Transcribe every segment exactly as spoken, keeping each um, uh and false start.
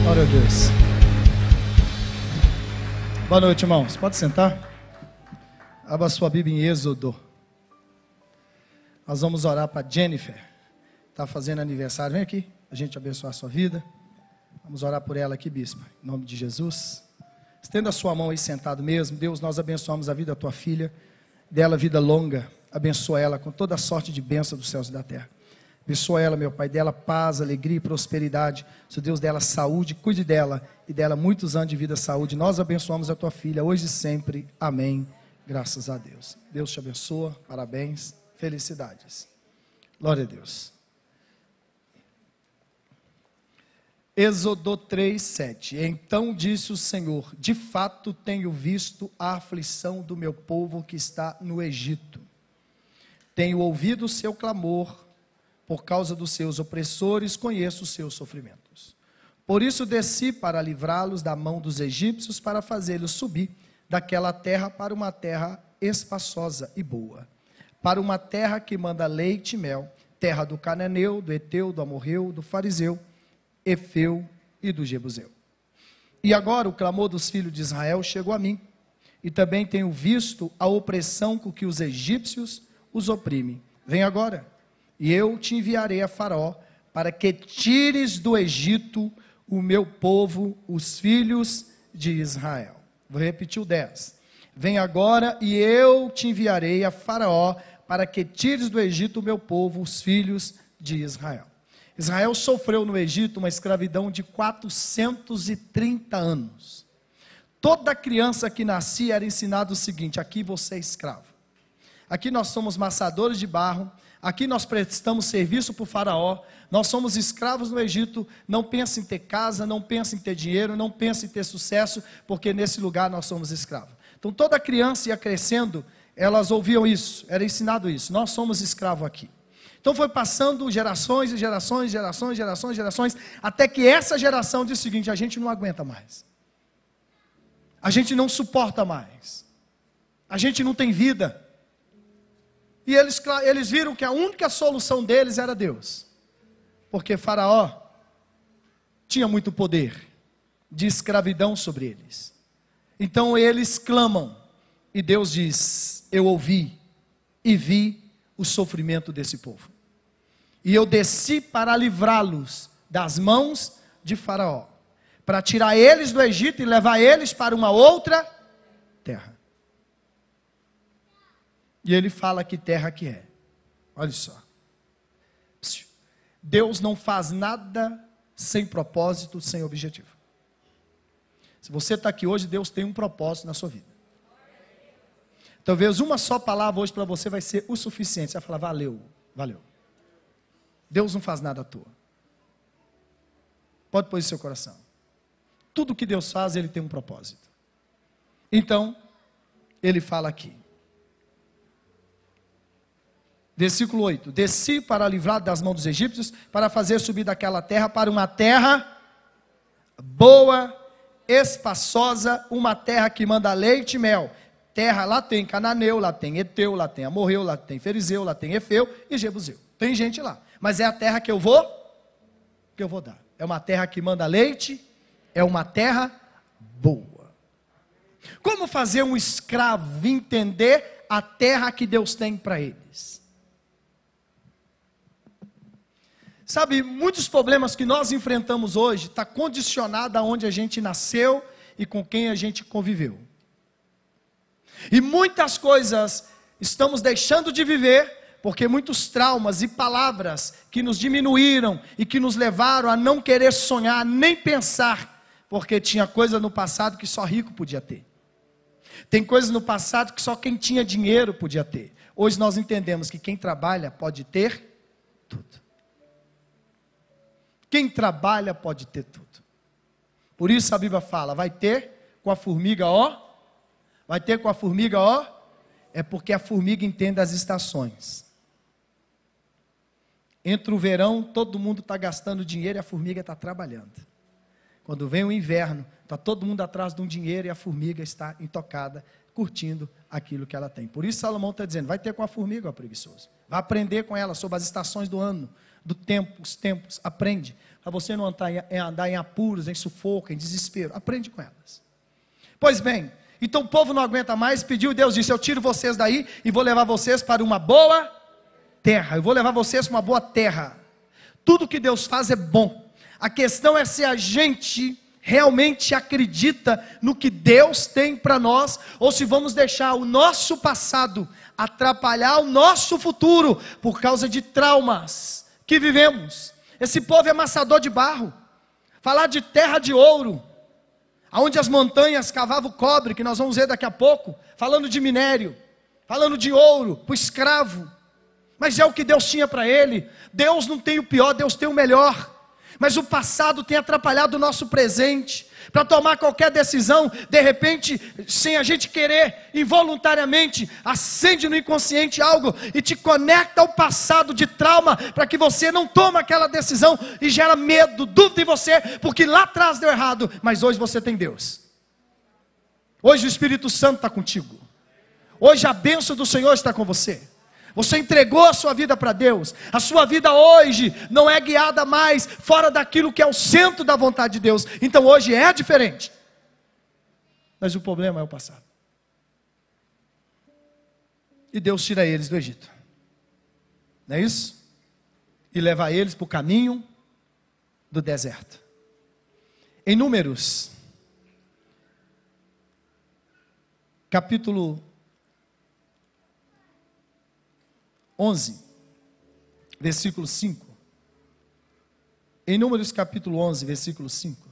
Glória a Deus. Boa noite, irmãos. Pode sentar? Abra sua Bíblia em Êxodo. Nós vamos orar para Jennifer. Está fazendo aniversário. Vem aqui, a gente abençoar a sua vida. Vamos orar por ela aqui, bispo. Em nome de Jesus. Estenda a sua mão aí sentado mesmo. Deus, nós abençoamos a vida da tua filha. Dela vida longa. Abençoa ela com toda a sorte de bênção dos céus e da terra. Abençoa ela, meu Pai, dela paz, alegria e prosperidade. Se Deus dela saúde, cuide dela e dela muitos anos de vida e saúde. Nós abençoamos a tua filha hoje e sempre. Amém. Graças a Deus. Deus te abençoa. Parabéns. Felicidades. Glória a Deus. Êxodo três, sete. Então disse o Senhor: de fato tenho visto a aflição do meu povo que está no Egito. Tenho ouvido o seu clamor. Por causa dos seus opressores, conheço os seus sofrimentos. Por isso desci para livrá-los da mão dos egípcios, para fazê-los subir daquela terra para uma terra espaçosa e boa, para uma terra que manda leite e mel, terra do cananeu, do eteu, do amorreu, do fariseu, efeu e do jebuseu. E agora o clamor dos filhos de Israel chegou a mim, e também tenho visto a opressão com que os egípcios os oprimem. Vem agora, e eu te enviarei a Faraó, para que tires do Egito o meu povo, os filhos de Israel. Vou repetir o dez. Vem agora, e eu te enviarei a Faraó, para que tires do Egito o meu povo, os filhos de Israel. Israel sofreu no Egito uma escravidão de quatrocentos e trinta anos. Toda criança que nascia era ensinado o seguinte: aqui você é escravo. Aqui nós somos maçadores de barro. Aqui nós prestamos serviço para o faraó, nós somos escravos no Egito, não pensa em ter casa, não pensa em ter dinheiro, não pensa em ter sucesso, porque nesse lugar nós somos escravos. Então toda criança ia crescendo, elas ouviam isso, era ensinado isso, nós somos escravos aqui. Então foi passando gerações e gerações, gerações, gerações, gerações, até que essa geração disse o seguinte: a gente não aguenta mais, a gente não suporta mais, a gente não tem vida. E eles, eles viram que a única solução deles era Deus. Porque Faraó tinha muito poder de escravidão sobre eles. Então eles clamam. E Deus diz: eu ouvi e vi o sofrimento desse povo. E eu desci para livrá-los das mãos de Faraó. Para tirar eles do Egito e levar eles para uma outra terra. E ele fala que terra que é. Olha só. Deus não faz nada sem propósito, sem objetivo. Se você está aqui hoje, Deus tem um propósito na sua vida. Talvez uma só palavra hoje para você vai ser o suficiente. Você vai falar: valeu, valeu. Deus não faz nada à toa. Pode pôr isso no seu coração. Tudo que Deus faz, Ele tem um propósito. Então, Ele fala aqui. Versículo oito. Desci para livrar das mãos dos egípcios, para fazer subir daquela terra para uma terra boa, espaçosa, uma terra que manda leite e mel. Terra, lá tem cananeu, lá tem eteu, lá tem amorreu, lá tem ferizeu, lá tem efeu e jebuseu. Tem gente lá, mas é a terra que eu vou, que eu vou dar. É uma terra que manda leite, é uma terra boa. Como fazer um escravo entender a terra que Deus tem para eles? Sabe, muitos problemas que nós enfrentamos hoje está condicionado aonde a gente nasceu e com quem a gente conviveu. E muitas coisas estamos deixando de viver porque muitos traumas e palavras que nos diminuíram e que nos levaram a não querer sonhar, nem pensar, porque tinha coisa no passado que só rico podia ter. Tem coisas no passado que só quem tinha dinheiro podia ter. Hoje nós entendemos que quem trabalha pode ter tudo. Quem trabalha pode ter tudo. Por isso a Bíblia fala: vai ter com a formiga, ó. Vai ter com a formiga, ó. É porque a formiga entende as estações. Entre o verão, todo mundo está gastando dinheiro e a formiga está trabalhando. Quando vem o inverno, está todo mundo atrás de um dinheiro e a formiga está intocada, curtindo aquilo que ela tem. Por isso Salomão está dizendo: vai ter com a formiga, ó preguiçoso. Vai aprender com ela sobre as estações do ano. do tempo, os tempos, aprende. Para você não andar em, andar em apuros, em sufoco, em desespero. Aprende com elas. Pois bem, então o povo não aguenta mais, pediu, Deus disse, eu tiro vocês daí e vou levar vocês para uma boa terra. Eu vou levar vocês para uma boa terra. Tudo que Deus faz é bom. A questão é se a gente realmente acredita no que Deus tem para nós, ou se vamos deixar o nosso passado atrapalhar o nosso futuro, por causa de traumas que vivemos. Esse povo é amassador de barro. Falar de terra de ouro, aonde as montanhas cavavam cobre, que nós vamos ver daqui a pouco, falando de minério, falando de ouro, para o escravo, mas é o que Deus tinha para ele. Deus não tem o pior, Deus tem o melhor, mas o passado tem atrapalhado o nosso presente, para tomar qualquer decisão, de repente, sem a gente querer, involuntariamente, acende no inconsciente algo, e te conecta ao passado de trauma, para que você não tome aquela decisão, e gera medo, dúvida em você, porque lá atrás deu errado, mas hoje você tem Deus, hoje o Espírito Santo está contigo, hoje a bênção do Senhor está com você, você entregou a sua vida para Deus, a sua vida hoje não é guiada mais fora daquilo que é o centro da vontade de Deus, então hoje é diferente, mas o problema é o passado, e Deus tira eles do Egito, não é isso? E leva eles para o caminho do deserto. Em Números, capítulo onze, versículo cinco. Em Números capítulo onze, versículo cinco.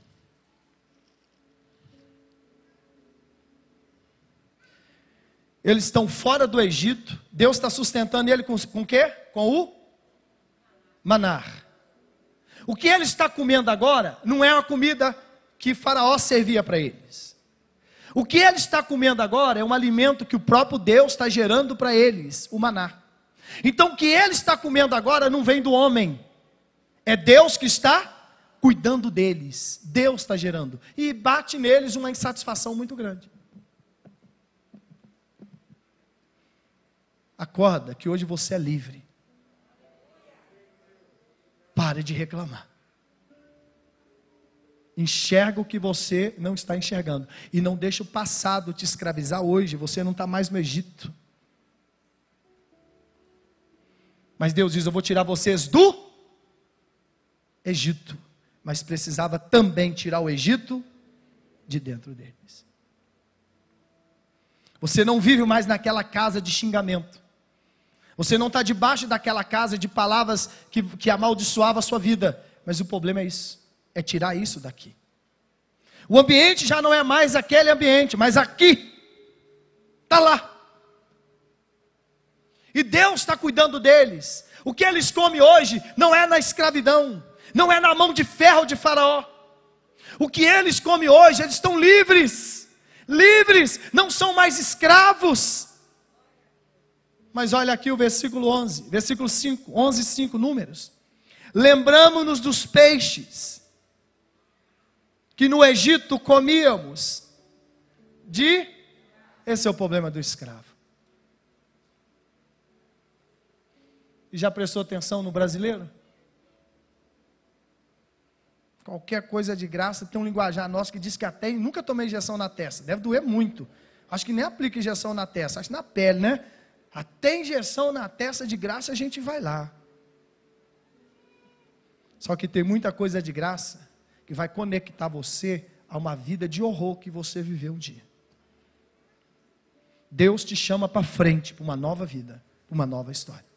Eles estão fora do Egito. Deus está sustentando ele com, com o quê? Com o manar. O que ele está comendo agora não é uma comida que Faraó servia para eles. O que ele está comendo agora é um alimento que o próprio Deus está gerando para eles, o maná. Então o que ele está comendo agora não vem do homem, é Deus que está cuidando deles, Deus está gerando, e bate neles uma insatisfação muito grande. Acorda que hoje você é livre, pare de reclamar, enxerga o que você não está enxergando, e não deixa o passado te escravizar hoje, você não está mais no Egito. Mas Deus diz, eu vou tirar vocês do Egito, mas precisava também tirar o Egito de dentro deles. Você não vive mais naquela casa de xingamento, você não está debaixo daquela casa de palavras que, que amaldiçoavam a sua vida, mas o problema é isso, é tirar isso daqui. O ambiente já não é mais aquele ambiente, mas aqui, está lá. E Deus está cuidando deles. O que eles comem hoje não é na escravidão, não é na mão de ferro de Faraó. O que eles comem hoje, eles estão livres, livres, não são mais escravos. Mas olha aqui o versículo onze, versículo cinco, onze, cinco, Números. Lembramo-nos dos peixes que no Egito comíamos de... Esse é o problema do escravo. E já prestou atenção no brasileiro? Qualquer coisa de graça, tem um linguajar nosso que diz que até nunca tomei injeção na testa, deve doer muito, acho que nem aplica injeção na testa, acho que na pele, né? Até injeção na testa de graça a gente vai lá. Só que tem muita coisa de graça que vai conectar você a uma vida de horror que você viveu um dia. Deus te chama para frente, para uma nova vida, para uma nova história.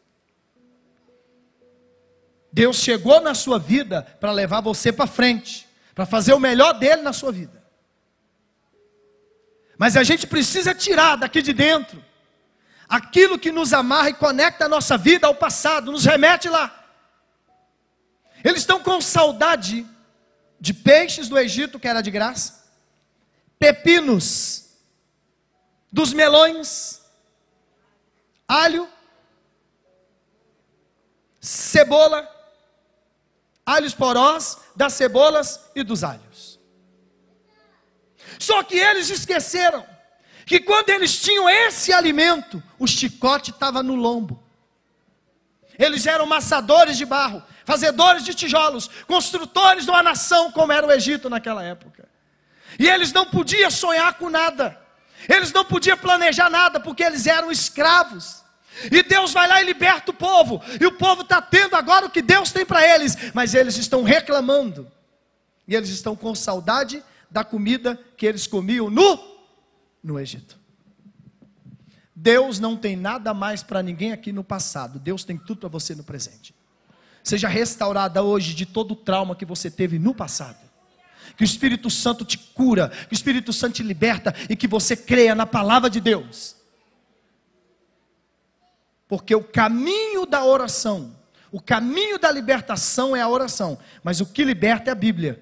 Deus chegou na sua vida para levar você para frente, para fazer o melhor dele na sua vida. Mas a gente precisa tirar daqui de dentro aquilo que nos amarra e conecta a nossa vida ao passado, nos remete lá. Eles estão com saudade de peixes do Egito, que era de graça, pepinos, dos melões, alho, cebola, alhos porós, das cebolas e dos alhos. Só que eles esqueceram que quando eles tinham esse alimento, o chicote estava no lombo. Eles eram amassadores de barro, fazedores de tijolos, construtores de uma nação como era o Egito naquela época. E eles não podiam sonhar com nada. Eles não podiam planejar nada, porque eles eram escravos. E Deus vai lá e liberta o povo. E o povo está tendo agora o que Deus tem para eles. Mas eles estão reclamando. E eles estão com saudade da comida que eles comiam no, no Egito. Deus não tem nada mais para ninguém aqui no passado. Deus tem tudo para você no presente. Seja restaurada hoje de todo o trauma que você teve no passado. Que o Espírito Santo te cura, que o Espírito Santo te liberta e que você creia na palavra de Deus. Porque o caminho da oração, o caminho da libertação é a oração, mas o que liberta é a Bíblia.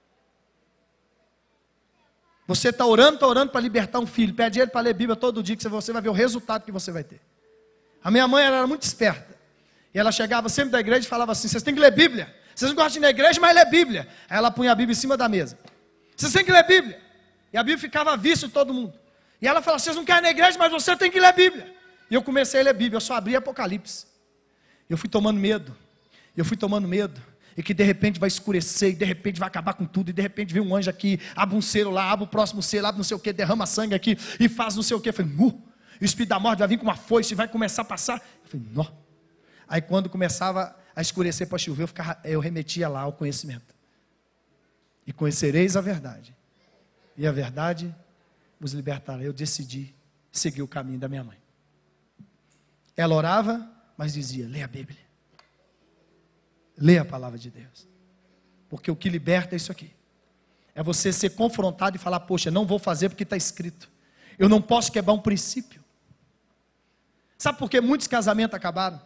Você está orando, está orando para libertar um filho, pede ele para ler a Bíblia todo dia, que você vai ver o resultado que você vai ter. A minha mãe era muito esperta, e ela chegava sempre da igreja e falava assim: vocês têm que ler Bíblia, vocês não gostam de ir na igreja, mas lê Bíblia. Aí ela punha a Bíblia em cima da mesa, vocês têm que ler Bíblia, e a Bíblia ficava à vista de todo mundo, e ela falava: vocês não querem ir na igreja, mas você tem que ler Bíblia. E eu comecei a ler Bíblia, eu só abri Apocalipse, eu fui tomando medo, eu fui tomando medo, e que de repente vai escurecer, e de repente vai acabar com tudo, e de repente vem um anjo aqui, abre um selo lá, abre o próximo selo, abre não sei o que, derrama sangue aqui, e faz não sei o que. Eu falei: nu, o espírito da morte vai vir com uma foice, e vai começar a passar. Eu falei: nó. Aí quando começava a escurecer para chover, eu, ficava, eu remetia lá ao conhecimento. E conhecereis a verdade, e a verdade vos libertará. Eu decidi seguir o caminho da minha mãe. Ela orava, mas dizia: lê a Bíblia. Lê a palavra de Deus. Porque o que liberta é isso aqui. É você ser confrontado e falar: poxa, não vou fazer porque está escrito. Eu não posso quebrar um princípio. Sabe por que muitos casamentos acabaram?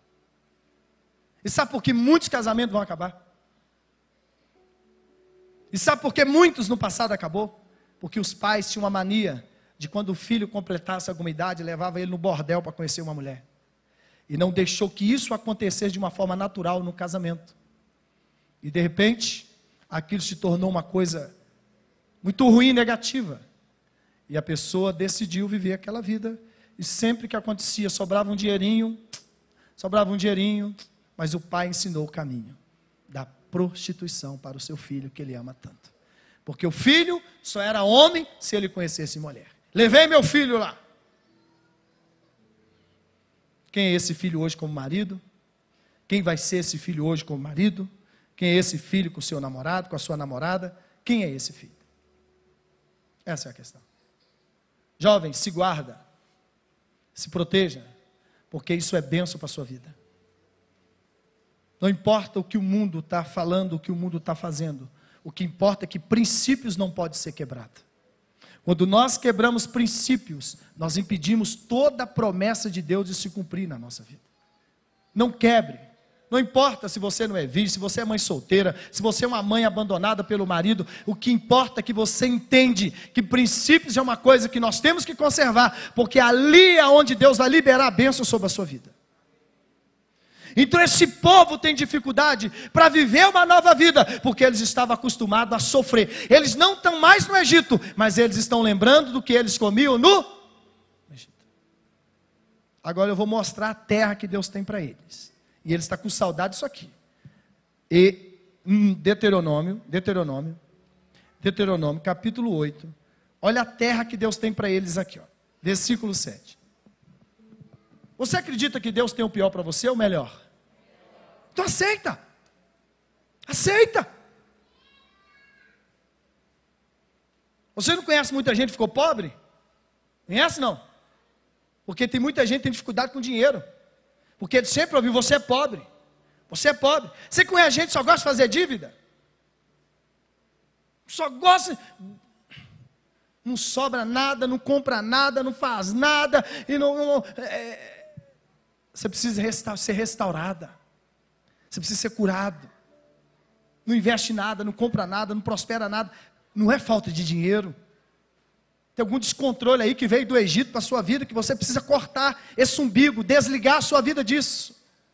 E sabe por que muitos casamentos vão acabar? E sabe por que muitos no passado acabou? Porque os pais tinham uma mania de, quando o filho completasse alguma idade, levava ele no bordel para conhecer uma mulher. E não deixou que isso acontecesse de uma forma natural no casamento. E de repente, aquilo se tornou uma coisa muito ruim e negativa. E a pessoa decidiu viver aquela vida. E sempre que acontecia, sobrava um dinheirinho, sobrava um dinheirinho, mas o pai ensinou o caminho da prostituição para o seu filho, que ele ama tanto. Porque o filho só era homem se ele conhecesse mulher. Levei meu filho lá. Quem é esse filho hoje como marido? Quem vai ser esse filho hoje como marido? Quem é esse filho com o seu namorado, com a sua namorada? Quem é esse filho? Essa é a questão. Jovem, se guarda, se proteja, porque isso é bênção para a sua vida. Não importa o que o mundo está falando, o que o mundo está fazendo, o que importa é que princípios não podem ser quebrados. Quando nós quebramos princípios, nós impedimos toda a promessa de Deus de se cumprir na nossa vida. Não quebre. Não importa se você não é virgem, se você é mãe solteira, se você é uma mãe abandonada pelo marido, o que importa é que você entende que princípios é uma coisa que nós temos que conservar, porque ali é onde Deus vai liberar a bênção sobre a sua vida. Então esse povo tem dificuldade para viver uma nova vida, porque eles estavam acostumados a sofrer. Eles não estão mais no Egito, mas eles estão lembrando do que eles comiam no Egito. Agora eu vou mostrar a terra que Deus tem para eles. E eles estão com saudade disso aqui. E hum, Deuteronômio, Deuteronômio, Deuteronômio, capítulo oito. Olha a terra que Deus tem para eles aqui, ó. Versículo sete. Você acredita que Deus tem o pior para você ou o melhor? Então aceita. Aceita. Você não conhece muita gente que ficou pobre? Conhece não? Porque tem muita gente que tem dificuldade com dinheiro. Porque ele sempre ouviu: você é pobre. Você é pobre. Você conhece gente que só gosta de fazer dívida? Só gosta... Não sobra nada, não compra nada, não faz nada. E não... não é... Você precisa resta- ser restaurada. Você precisa ser curado. Não investe nada, não compra nada, não prospera nada. Não é falta de dinheiro. Tem algum descontrole aí que veio do Egito para a sua vida, que você precisa cortar esse umbigo, desligar a sua vida disso.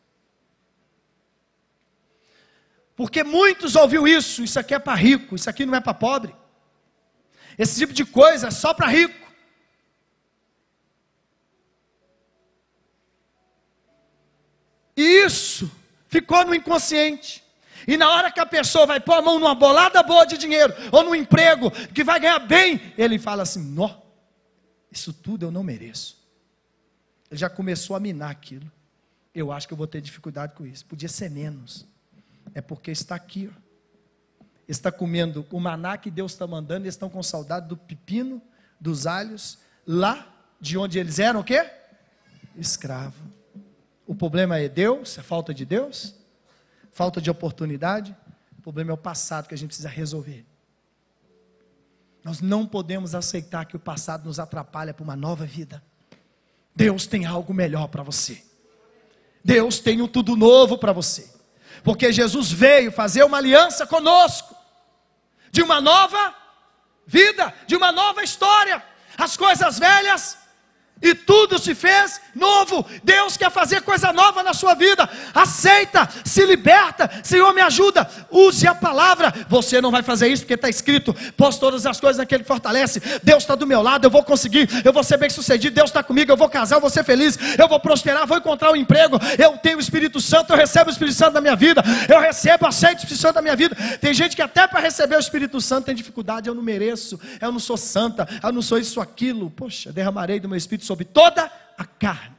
Porque muitos ouviram isso: isso aqui é para rico, isso aqui não é para pobre. Esse tipo de coisa é só para rico. E isso ficou no inconsciente. E na hora que a pessoa vai pôr a mão numa bolada boa de dinheiro, ou num emprego que vai ganhar bem, ele fala assim: nó, isso tudo eu não mereço. Ele já começou a minar aquilo. Eu acho que eu vou ter dificuldade com isso. Podia ser menos. É porque está aqui, ó. Está comendo o maná que Deus está mandando. Eles estão com saudade do pepino, dos alhos, lá de onde eles eram o quê? Escravo. O problema é Deus, é falta de Deus, falta de oportunidade. O problema é o passado que a gente precisa resolver. Nós não podemos aceitar que o passado nos atrapalhe para uma nova vida. Deus tem algo melhor para você. Deus tem um tudo novo para você. Porque Jesus veio fazer uma aliança conosco. De uma nova vida, de uma nova história. As coisas velhas e tudo se fez novo. Deus quer fazer coisa nova na sua vida. Aceita, se liberta. Senhor, me ajuda. Use a palavra. Você não vai fazer isso porque está escrito: pôs todas as coisas naquele que fortalece. Deus está do meu lado, eu vou conseguir. Eu vou ser bem sucedido. Deus está comigo, eu vou casar, eu vou ser feliz. Eu vou prosperar, vou encontrar um emprego. Eu tenho o Espírito Santo, eu recebo o Espírito Santo na minha vida. Eu recebo, aceito o Espírito Santo na minha vida. Tem gente que até para receber o Espírito Santo tem dificuldade. Eu não mereço, eu não sou santa, eu não sou isso, aquilo. Poxa, derramarei do meu Espírito sobre toda a carne.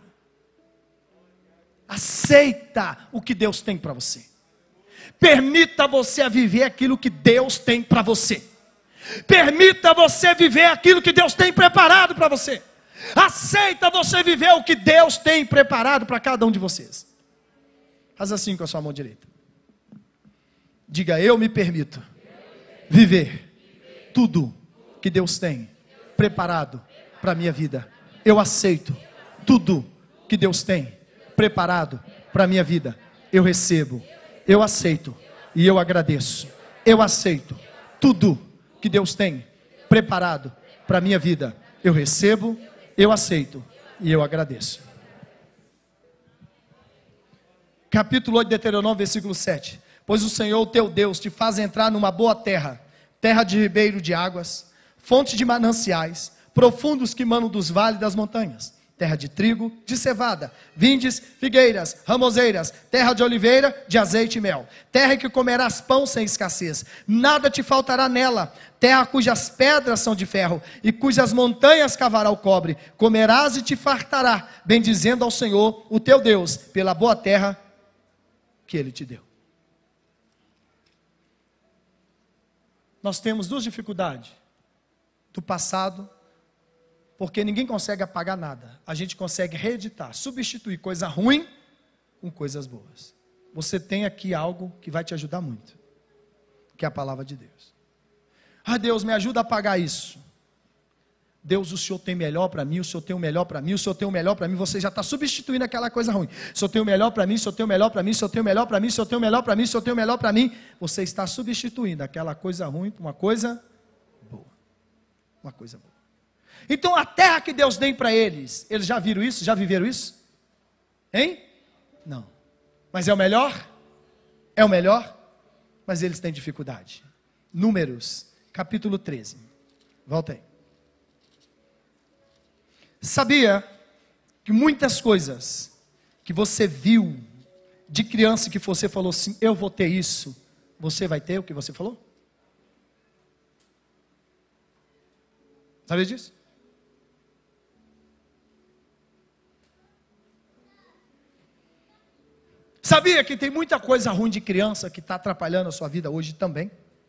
Aceita o que Deus tem para você. Permita você viver aquilo que Deus tem para você. Permita você viver aquilo que Deus tem preparado para você. Aceita você viver o que Deus tem preparado para cada um de vocês. Faz assim com a sua mão direita. Diga: eu me permito viver tudo que Deus tem preparado para a minha vida. Eu aceito tudo que Deus tem preparado para a minha vida. Eu recebo, eu aceito e eu agradeço. Eu aceito tudo que Deus tem preparado para a minha vida. Eu recebo, eu aceito e eu agradeço. Capítulo oito de Deuteronômio, versículo sete. Pois o Senhor, o teu Deus, te faz entrar numa boa terra, terra de ribeiro de águas, fonte de mananciais, profundos que manam dos vales das montanhas, terra de trigo, de cevada, vindes, figueiras, ramoseiras, terra de oliveira, de azeite e mel, terra em que comerás pão sem escassez, nada te faltará nela, terra cujas pedras são de ferro, e cujas montanhas cavará o cobre, comerás e te fartará, bendizendo ao Senhor, o teu Deus, pela boa terra que Ele te deu. Nós temos duas dificuldades, do passado, porque ninguém consegue apagar nada. A gente consegue reeditar, substituir coisa ruim com coisas boas. Você tem aqui algo que vai te ajudar muito, que é a palavra de Deus. Ah, Deus, me ajuda a apagar isso. Deus, o Senhor tem melhor para mim, o Senhor tem o melhor para mim, o Senhor tem o melhor para mim. Você já está substituindo aquela coisa ruim. O Senhor tem o melhor para mim, o Senhor tem o melhor para mim, o Senhor tem o melhor para mim, o Senhor tem o melhor para mim, o Senhor tem o melhor para mim. Você está substituindo aquela coisa ruim por uma coisa boa. Uma coisa boa. Então a terra que Deus tem para eles, eles já viram isso? Já viveram isso? Hein? Não. Mas é o melhor? É o melhor? Mas eles têm dificuldade. Números, capítulo treze. Volta aí. Sabia que muitas coisas que você viu de criança que você falou assim: eu vou ter isso, você vai ter o que você falou? Sabia disso? Sabia que tem muita coisa ruim de criança que está atrapalhando a sua vida hoje também?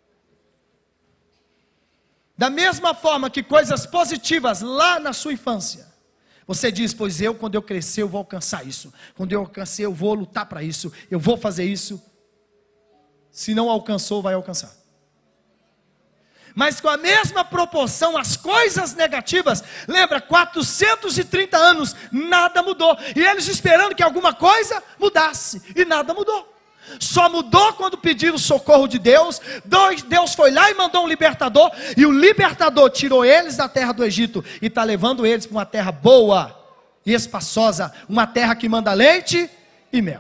Da mesma forma que coisas positivas lá na sua infância, você diz: pois eu, quando eu crescer, eu vou alcançar isso. Quando eu alcançar, eu vou lutar para isso. Eu vou fazer isso. Se não alcançou, vai alcançar. Mas com a mesma proporção, as coisas negativas, lembra, quatrocentos e trinta anos, nada mudou. E eles esperando que alguma coisa mudasse, e nada mudou. Só mudou quando pediram socorro de Deus. Deus foi lá e mandou um libertador, e o libertador tirou eles da terra do Egito, e está levando eles para uma terra boa e espaçosa, uma terra que manda leite e mel.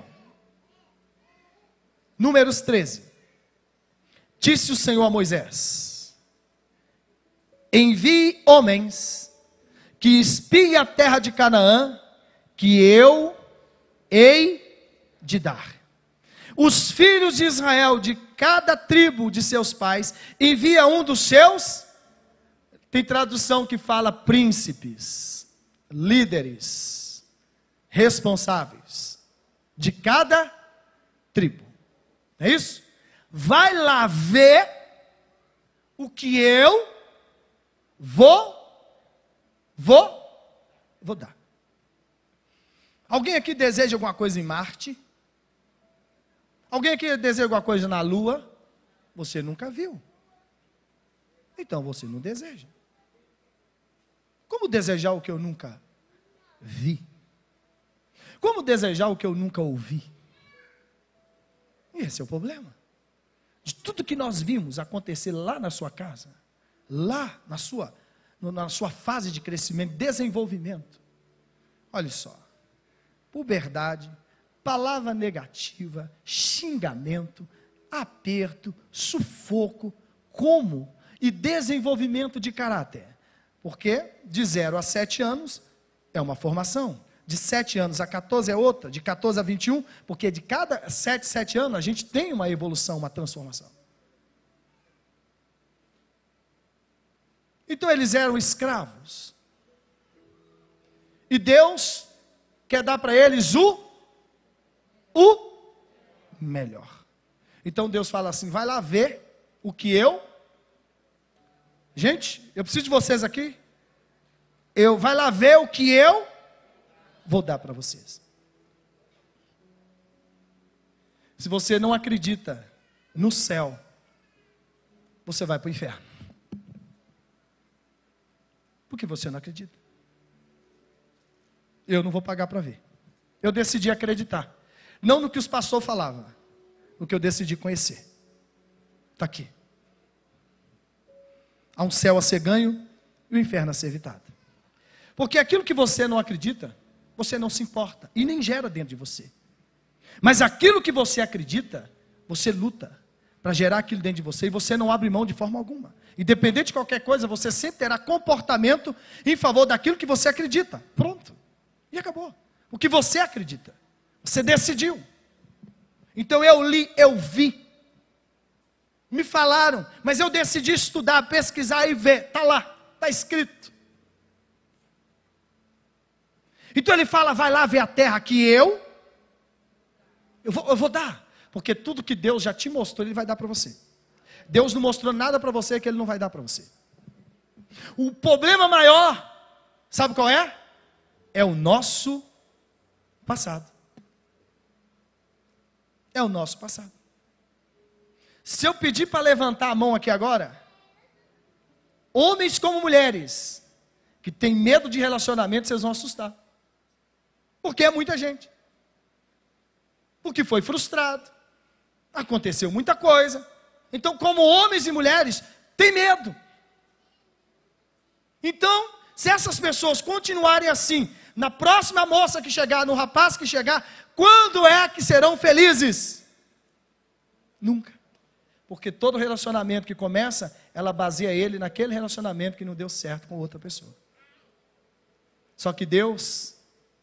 Números treze. Disse o Senhor a Moisés: envie homens que espiem a terra de Canaã, que eu hei de dar. Os filhos de Israel, de cada tribo de seus pais, envia um dos seus, tem tradução que fala príncipes, líderes, responsáveis, de cada tribo. É isso? Vai lá ver o que eu vou, vou, vou dar. Alguém aqui deseja alguma coisa em Marte? Alguém aqui deseja alguma coisa na Lua? Você nunca viu. Então você não deseja. Como desejar o que eu nunca vi? Como desejar o que eu nunca ouvi? Esse é o problema. De tudo que nós vimos acontecer lá na sua casa, lá na sua, na sua fase de crescimento, desenvolvimento. Olha só. Puberdade, palavra negativa, xingamento, aperto, sufoco, como e desenvolvimento de caráter. Porque de zero a sete anos é uma formação, de sete anos a quatorze é outra, de quatorze a vinte e um, porque de cada sete, sete anos a gente tem uma evolução, uma transformação. Então eles eram escravos. E Deus quer dar para eles o o melhor. Então Deus fala assim, vai lá ver o que eu... Gente, eu preciso de vocês aqui. Eu, vai lá ver o que eu vou dar para vocês. Se você não acredita no céu, você vai para o inferno. Por que você não acredita? Eu não vou pagar para ver. Eu decidi acreditar. Não no que os pastores falavam, no que eu decidi conhecer. Está aqui. Há um céu a ser ganho e um inferno a ser evitado. Porque aquilo que você não acredita, você não se importa e nem gera dentro de você. Mas aquilo que você acredita, você luta para gerar aquilo dentro de você e você não abre mão de forma alguma. Independente de qualquer coisa, você sempre terá comportamento em favor daquilo que você acredita. Pronto. E acabou. O que você acredita. Você decidiu. Então eu li, eu vi. Me falaram, mas eu decidi estudar, pesquisar e ver. Está lá, está escrito. Então ele fala, vai lá ver a terra que eu, eu vou, eu vou dar. Porque tudo que Deus já te mostrou, Ele vai dar para você. Deus não mostrou nada para você que Ele não vai dar para você. O problema maior, sabe qual é? É o nosso passado. É o nosso passado. Se eu pedir para levantar a mão aqui agora, homens como mulheres, que têm medo de relacionamento, vocês vão assustar. Porque é muita gente. Porque foi frustrado. Aconteceu muita coisa. Então, como homens e mulheres, tem medo. Então, se essas pessoas continuarem assim, na próxima moça que chegar, no rapaz que chegar, quando é que serão felizes? Nunca. Porque todo relacionamento que começa, ela baseia ele naquele relacionamento que não deu certo com outra pessoa. Só que Deus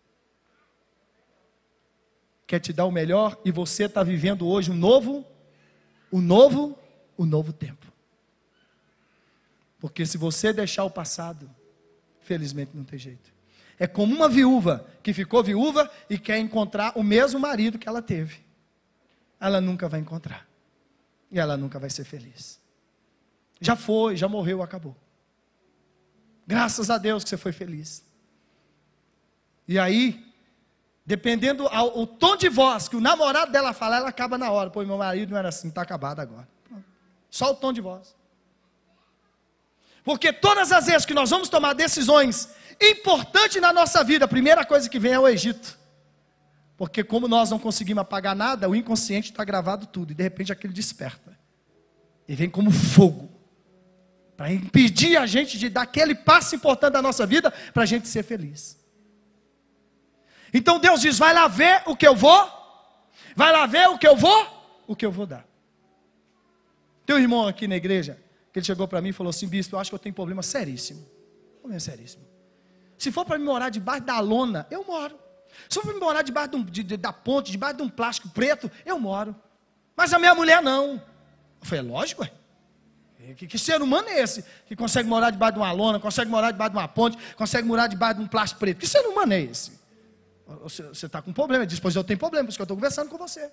quer te dar o melhor e você está vivendo hoje um novo, um novo, um novo tempo. Porque se você deixar o passado, felizmente não tem jeito. É como uma viúva que ficou viúva e quer encontrar o mesmo marido que ela teve. Ela nunca vai encontrar. E ela nunca vai ser feliz. Já foi, já morreu, acabou. Graças a Deus que você foi feliz. E aí, dependendo ao o tom de voz que o namorado dela fala, ela acaba na hora. Pô, meu marido não era assim, está acabado agora. Só o tom de voz. Porque todas as vezes que nós vamos tomar decisões importantes na nossa vida, a primeira coisa que vem é o Egito. Porque como nós não conseguimos apagar nada, o inconsciente está gravado tudo. E de repente aquilo desperta. E vem como fogo. Para impedir a gente de dar aquele passo importante da nossa vida, para a gente ser feliz. Então Deus diz, vai lá ver o que eu vou. Vai lá ver o que eu vou. O que eu vou dar. Tem um irmão aqui na igreja, que ele chegou para mim e falou assim, bispo, eu acho que eu tenho um problema seríssimo. Problema seríssimo. Se for para me morar debaixo da lona, eu moro. Se eu for morar debaixo de um, de, de, da ponte, debaixo de um plástico preto, eu moro. Mas a minha mulher não. Eu falei, é lógico, ué. Que, que ser humano é esse? Que consegue morar debaixo de uma lona, consegue morar debaixo de uma ponte, consegue morar debaixo de um plástico preto. Que ser humano é esse? Você está com problema. Ele diz, pois eu tenho problema, por isso que eu estou conversando com você.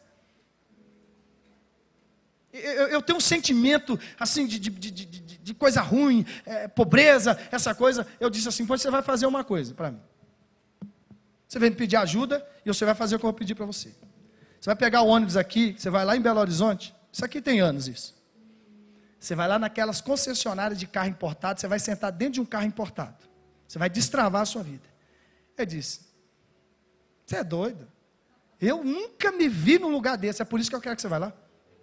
Eu, eu tenho um sentimento assim de, de, de, de, de coisa ruim, é, pobreza, essa coisa. Eu disse assim, pois você vai fazer uma coisa para mim. Você vem me pedir ajuda e você vai fazer o que eu vou pedir para você. Você vai pegar o ônibus aqui, você vai lá em Belo Horizonte. Isso aqui tem anos isso. Você vai lá naquelas concessionárias de carro importado, você vai sentar dentro de um carro importado. Você vai destravar a sua vida. Eu disse, você é doido? Eu nunca me vi num lugar desse, é por isso que eu quero que você vá lá.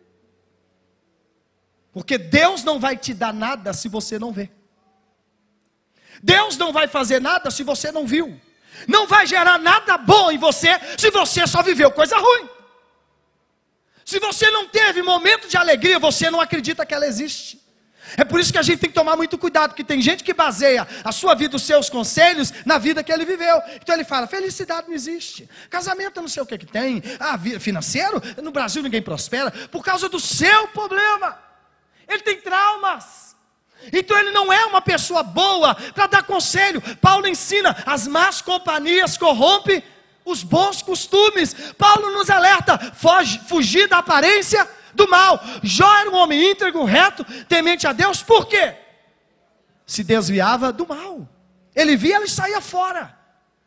Porque Deus não vai te dar nada se você não vê. Deus não vai fazer nada se você não viu. Não vai gerar nada bom em você se você só viveu coisa ruim. Se você não teve momento de alegria, você não acredita que ela existe. É por isso que a gente tem que tomar muito cuidado, porque tem gente que baseia a sua vida, os seus conselhos, na vida que ele viveu. Então ele fala, felicidade não existe, casamento eu não sei o que que tem, ah, financeiro, no Brasil ninguém prospera, por causa do seu problema. Ele tem traumas. Então ele não é uma pessoa boa para dar conselho. Paulo ensina, as más companhias corrompem os bons costumes. Paulo nos alerta, foge, fugir da aparência do mal. Jó era um homem íntegro, reto, temente a Deus. Por quê? Se desviava do mal. Ele via e saía fora.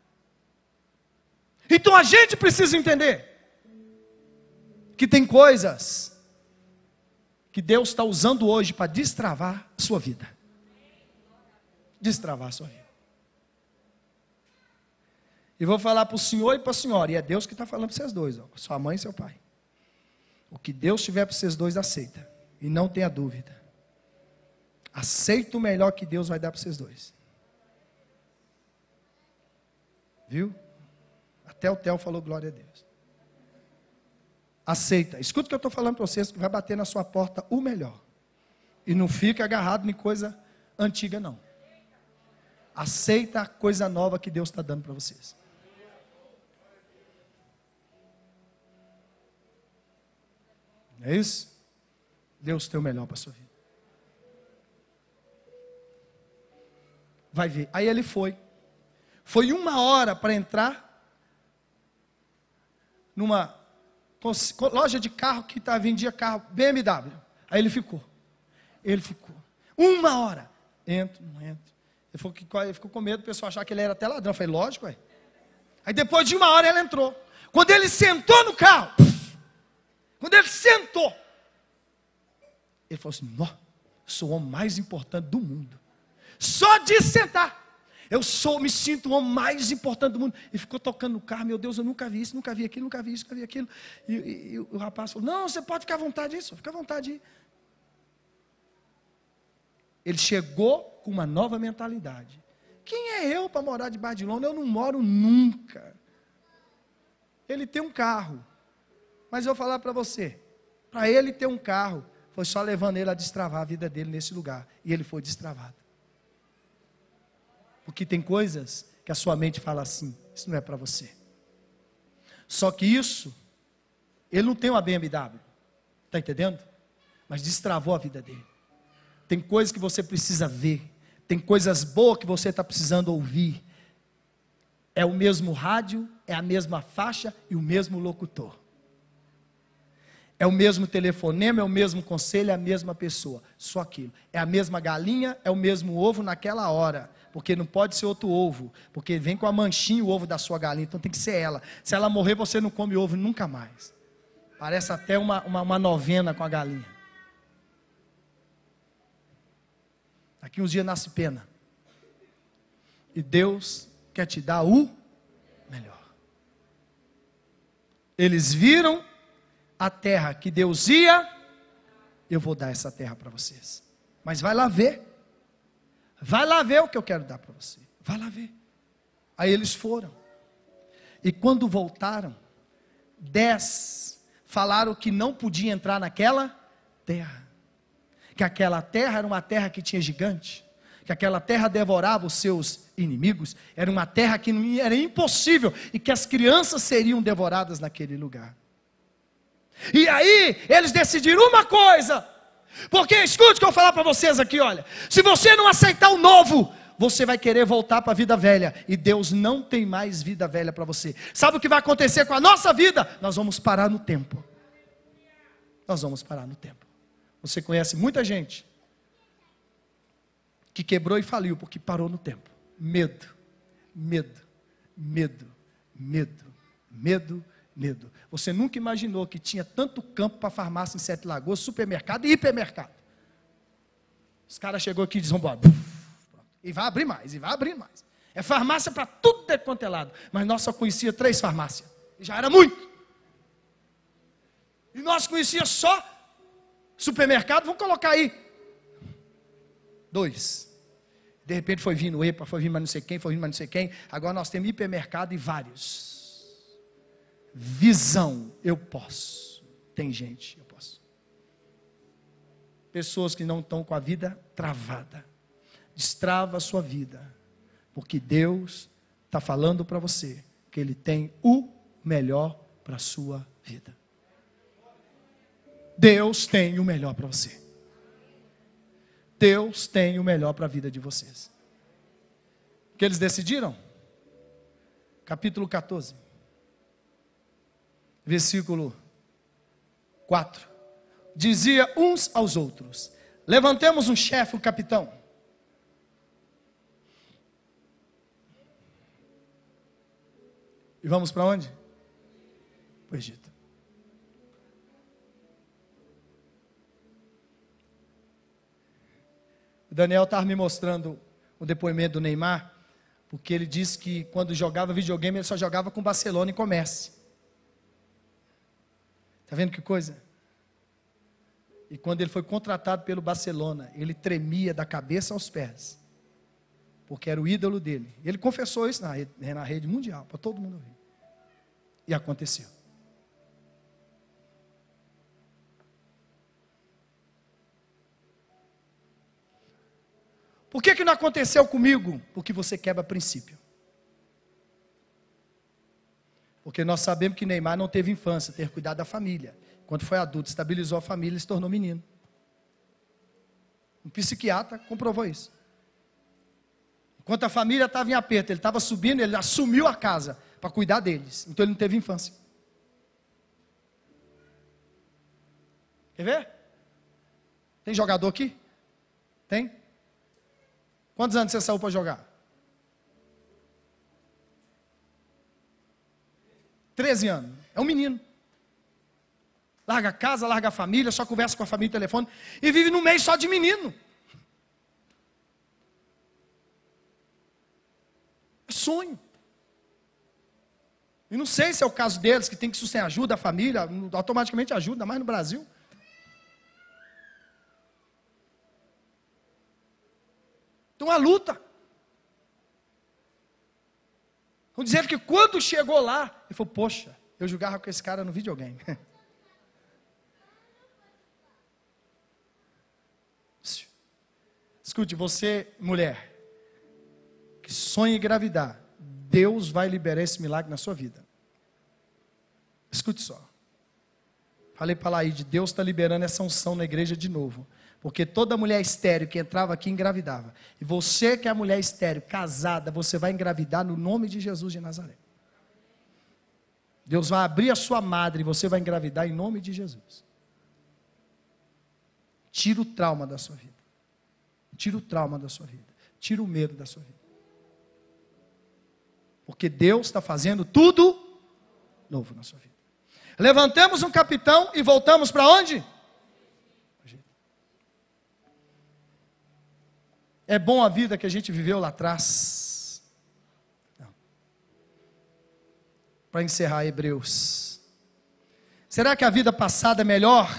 Então a gente precisa entender que tem coisas que Deus está usando hoje para destravar a sua vida. Destravar a sua vida. E vou falar para o senhor e para a senhora, e é Deus que está falando para vocês dois, ó, sua mãe e seu pai. O que Deus tiver para vocês dois, aceita. E não tenha dúvida. Aceita o melhor que Deus vai dar para vocês dois. Viu? Até o Theo falou glória a Deus. Aceita. Escuta o que eu estou falando para vocês, que vai bater na sua porta o melhor. E não fica agarrado em coisa antiga, não. Aceita a coisa nova que Deus está dando para vocês. É isso? Deus tem o melhor para a sua vida. Vai ver. Aí ele foi. Foi uma hora para entrar numa loja de carro que tá, vendia carro B M W. Aí ele ficou. Ele ficou. Uma hora. Entro, não entro. Ele ficou, ele ficou com medo do pessoal achar que ele era até ladrão. Eu falei, lógico, ué. Aí depois de uma hora ele entrou. Quando ele sentou no carro, quando ele sentou, ele falou assim, nó, sou o homem mais importante do mundo. Só de sentar. Eu sou, me sinto o homem mais importante do mundo. E ficou tocando no carro, meu Deus, eu nunca vi isso, nunca vi aquilo, nunca vi isso, nunca vi aquilo. E, e, e o rapaz falou, não, você pode ficar à vontade disso, fica à vontade. Ele chegou com uma nova mentalidade. Quem é eu para morar debaixo de lona? Eu não moro nunca. Ele tem um carro. Mas eu vou falar para você, para ele ter um carro, foi só levando ele a destravar a vida dele nesse lugar. E ele foi destravado. Porque tem coisas que a sua mente fala assim, isso não é para você. Só que isso, ele não tem uma B M W, está entendendo? Mas destravou a vida dele. Tem coisas que você precisa ver, tem coisas boas que você está precisando ouvir. É o mesmo rádio, é a mesma faixa e o mesmo locutor. É o mesmo telefonema, é o mesmo conselho, é a mesma pessoa. Só aquilo. É a mesma galinha, é o mesmo ovo naquela hora. Porque não pode ser outro ovo. Porque vem com a manchinha o ovo da sua galinha. Então tem que ser ela. Se ela morrer, você não come ovo nunca mais. Parece até uma, uma, uma novena com a galinha. Daqui uns dias nasce pena. E Deus quer te dar o melhor. Eles viram a terra que Deus ia, eu vou dar essa terra para vocês. Mas vai lá ver. Vai lá ver o que eu quero dar para você. Vai lá ver. Aí eles foram. E quando voltaram, dez falaram que não podia entrar naquela terra. Que aquela terra era uma terra que tinha gigante. Que que aquela terra devorava os seus inimigos, era uma terra que não, era impossível, e que as crianças seriam devoradas naquele lugar. E aí, eles decidiram uma coisa, porque escute o que eu vou falar para vocês aqui, olha, se você não aceitar o novo, você vai querer voltar para a vida velha, e Deus não tem mais vida velha para você. Sabe o que vai acontecer com a nossa vida? Nós vamos parar no tempo. Nós vamos parar no tempo. Você conhece muita gente que quebrou e faliu porque parou no tempo. Medo, medo, medo, medo, medo, medo. Você nunca imaginou que tinha tanto campo para farmácia em Sete Lagoas, supermercado e hipermercado. Os caras chegou aqui e dizem, bora, e vai abrir mais, e vai abrir mais. É farmácia para tudo quanto é lado. Mas nós só conhecia três farmácias. E já era muito. E nós conhecia só supermercado, vamos colocar aí dois. De repente foi vindo o EPA, foi vindo mais não sei quem, foi vindo mais não sei quem. Agora nós temos hipermercado e vários. Visão, eu posso. Tem gente, eu posso. Pessoas que não estão com a vida travada. Destrava a sua vida. Porque Deus está falando para você que Ele tem o melhor para a sua vida. Deus tem o melhor para você. Deus tem o melhor para a vida de vocês. O que eles decidiram? Capítulo quatorze. Versículo quatro. Dizia uns aos outros: levantemos um chefe, um capitão. E vamos para onde? Para o Egito. O Daniel estava me mostrando o depoimento do Neymar, porque ele disse que quando jogava videogame, ele só jogava com Barcelona e Comércio. Está vendo que coisa? E quando ele foi contratado pelo Barcelona, ele tremia da cabeça aos pés, porque era o ídolo dele. Ele confessou isso na rede, na rede mundial, para todo mundo ouvir. E aconteceu. Por que que não aconteceu comigo? Porque você quebra princípio. Porque nós sabemos que Neymar não teve infância, teve cuidado da família. Quando foi adulto, estabilizou a família e se tornou menino. Um psiquiatra comprovou isso. Enquanto a família estava em aperto, ele estava subindo, ele assumiu a casa para cuidar deles. Então ele não teve infância. Quer ver? Tem jogador aqui? Tem? Quantos anos você saiu para jogar? treze anos. É um menino. Larga a casa, larga a família, só conversa com a família no telefone e vive no meio só de menino. É sonho. E não sei se é o caso deles, que tem que sustentar ajuda a família, automaticamente ajuda, mais no Brasil. Então a luta. Vão dizer que quando chegou lá, ele falou, poxa, eu jogava com esse cara no videogame. Escute, você, mulher, que sonha em engravidar, Deus vai liberar esse milagre na sua vida. Escute só. Falei para lá aí, de Deus está liberando essa unção na igreja de novo. Porque toda mulher estéril que entrava aqui engravidava. E você que é a mulher estéril, casada, você vai engravidar no nome de Jesus de Nazaré. Deus vai abrir a sua madre e você vai engravidar em nome de Jesus. Tira o trauma da sua vida. Tira o trauma da sua vida. Tira o medo da sua vida. Porque Deus está fazendo tudo novo na sua vida. Levantamos um capitão e voltamos para onde? É bom a vida que a gente viveu lá atrás. Para encerrar Hebreus. Será que a vida passada é melhor?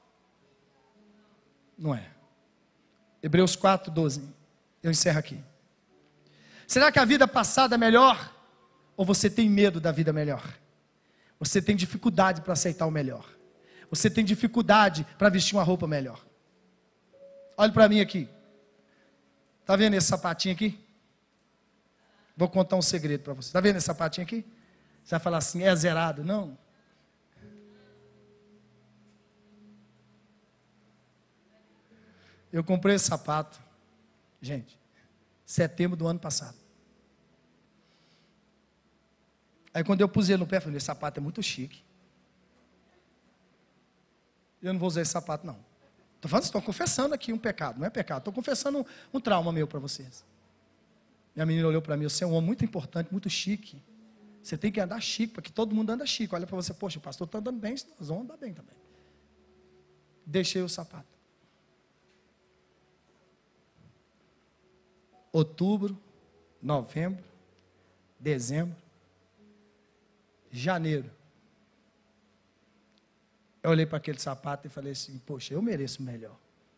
Não é. Hebreus quatro, doze. Eu encerro aqui. Será que a vida passada é melhor? Ou você tem medo da vida melhor? Você tem dificuldade para aceitar o melhor. Você tem dificuldade para vestir uma roupa melhor. Olhe para mim aqui. Está vendo esse sapatinho aqui? Vou contar um segredo para você. Está vendo esse sapatinho aqui? Você vai falar assim, é zerado? Não. Eu comprei esse sapato, gente, setembro do ano passado. Aí quando eu pus ele no pé, eu falei, esse sapato é muito chique. Eu não vou usar esse sapato, não. Estou falando, estou confessando aqui um pecado, não é pecado. Estou confessando um, um trauma meu para vocês. Minha menina olhou para mim, você é um homem muito importante, muito chique. Você tem que andar chique, porque todo mundo anda chique. Olha para você, poxa, o pastor está andando bem, nós vamos andar bem também. Deixei o sapato. Outubro, novembro, dezembro, janeiro. Eu olhei para aquele sapato e falei assim, poxa, eu mereço melhor.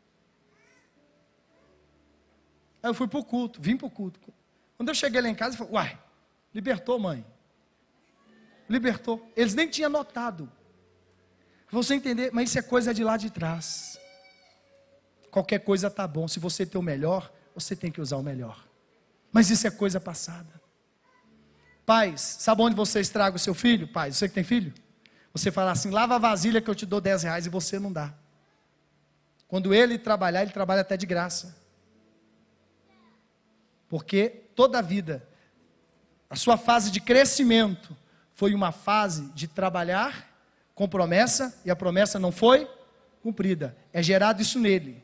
Aí eu fui para o culto, vim para o culto. Quando eu cheguei lá em casa, eu falei, uai, libertou, mãe. Libertou. Eles nem tinham notado. Você entender, mas isso é coisa de lá de trás. Qualquer coisa está bom. Se você tem o melhor, você tem que usar o melhor. Mas isso é coisa passada. Pais, sabe onde você estraga o seu filho? Pai, você que tem filho? Você fala assim, lava a vasilha que eu te dou dez reais e você não dá. Quando ele trabalhar, ele trabalha até de graça. Porque toda a vida, a sua fase de crescimento, foi uma fase de trabalhar com promessa, e a promessa não foi cumprida. É gerado isso nele.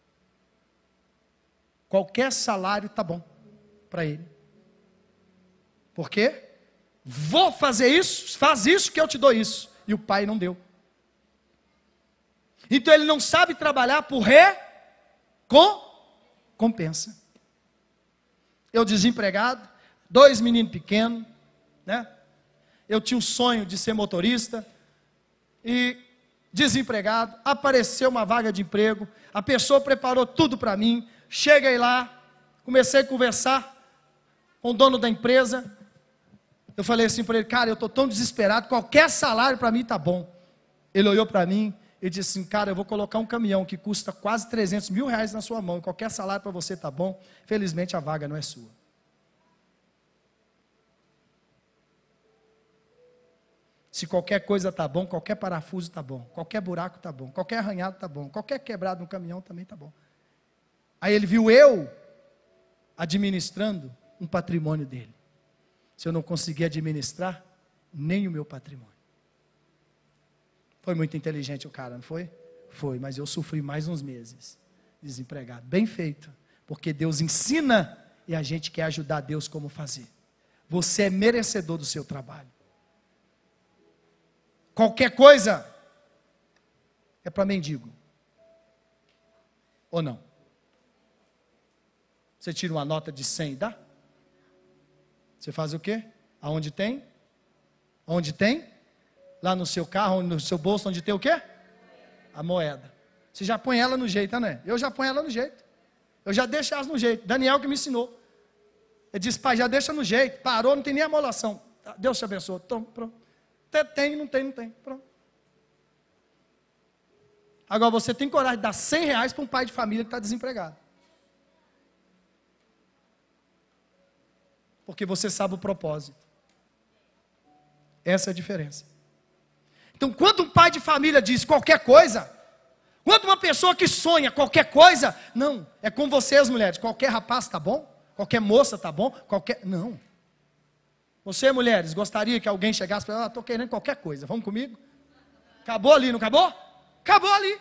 Qualquer salário está bom para ele. Por quê? Vou fazer isso, faz isso que eu te dou isso. E o pai não deu. Então ele não sabe trabalhar por recompensa. Eu desempregado, dois meninos pequenos, né? Eu tinha um sonho de ser motorista, e desempregado, apareceu uma vaga de emprego, a pessoa preparou tudo para mim, cheguei lá, comecei a conversar com o dono da empresa, eu falei assim para ele, cara, eu estou tão desesperado, qualquer salário para mim está bom. Ele olhou para mim e disse assim, cara, eu vou colocar um caminhão que custa quase trezentos mil reais na sua mão, e qualquer salário para você está bom, felizmente a vaga não é sua. Se qualquer coisa está bom, qualquer parafuso está bom, qualquer buraco está bom, qualquer arranhado está bom, qualquer quebrado no caminhão também está bom. Aí ele viu eu administrando um patrimônio dele. Se eu não conseguir administrar nem o meu patrimônio. Foi muito inteligente o cara, não foi? Foi, mas eu sofri mais uns meses, desempregado. Bem feito, porque Deus ensina e a gente quer ajudar Deus como fazer. Você é merecedor do seu trabalho. Qualquer coisa é para mendigo. Ou não? Você tira uma nota de cem e dá? Você faz o quê? Aonde tem? Onde tem? Lá no seu carro, no seu bolso, onde tem o quê? A moeda. Você já põe ela no jeito, né? Eu já ponho ela no jeito. Eu já deixo elas no jeito. Daniel que me ensinou. Ele disse, pai, já deixa no jeito. Parou, não tem nem amolação. Deus te abençoe. Então, pronto. Tem, não tem, não tem. Pronto. Agora você tem coragem de dar cem reais para um pai de família que está desempregado. Porque você sabe o propósito. Essa é a diferença. Então, quando um pai de família diz qualquer coisa, quando uma pessoa que sonha qualquer coisa, não, é com vocês, mulheres, qualquer rapaz está bom, qualquer moça está bom, qualquer, não. Você, mulheres, gostaria que alguém chegasse para ela, ah, estou querendo qualquer coisa, vamos comigo? Acabou ali, não acabou? Acabou ali.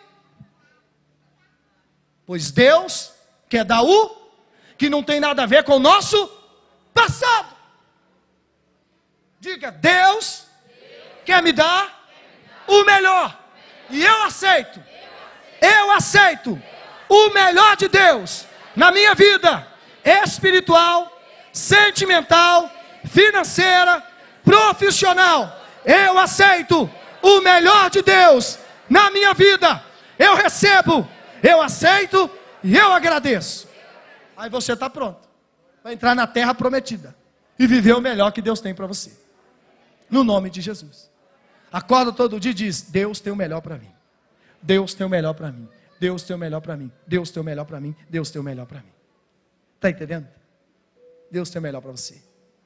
Pois Deus quer dar o que não tem nada a ver com o nosso passado. Diga, Deus, Deus quer me dar, quer me dar o melhor. E eu aceito. Eu aceito o melhor de Deus na minha vida espiritual, sentimental, financeira, profissional. Eu aceito o melhor de Deus na minha vida. Eu recebo, eu aceito e eu agradeço. Aí você está pronto. Vai entrar na terra prometida e viver o melhor que Deus tem para você. No nome de Jesus. Acorda todo dia e diz, Deus tem o melhor para mim. Deus tem o melhor para mim. Deus tem o melhor para mim. Deus tem o melhor para mim. Deus tem o melhor para mim. Está entendendo? Deus tem o melhor para você.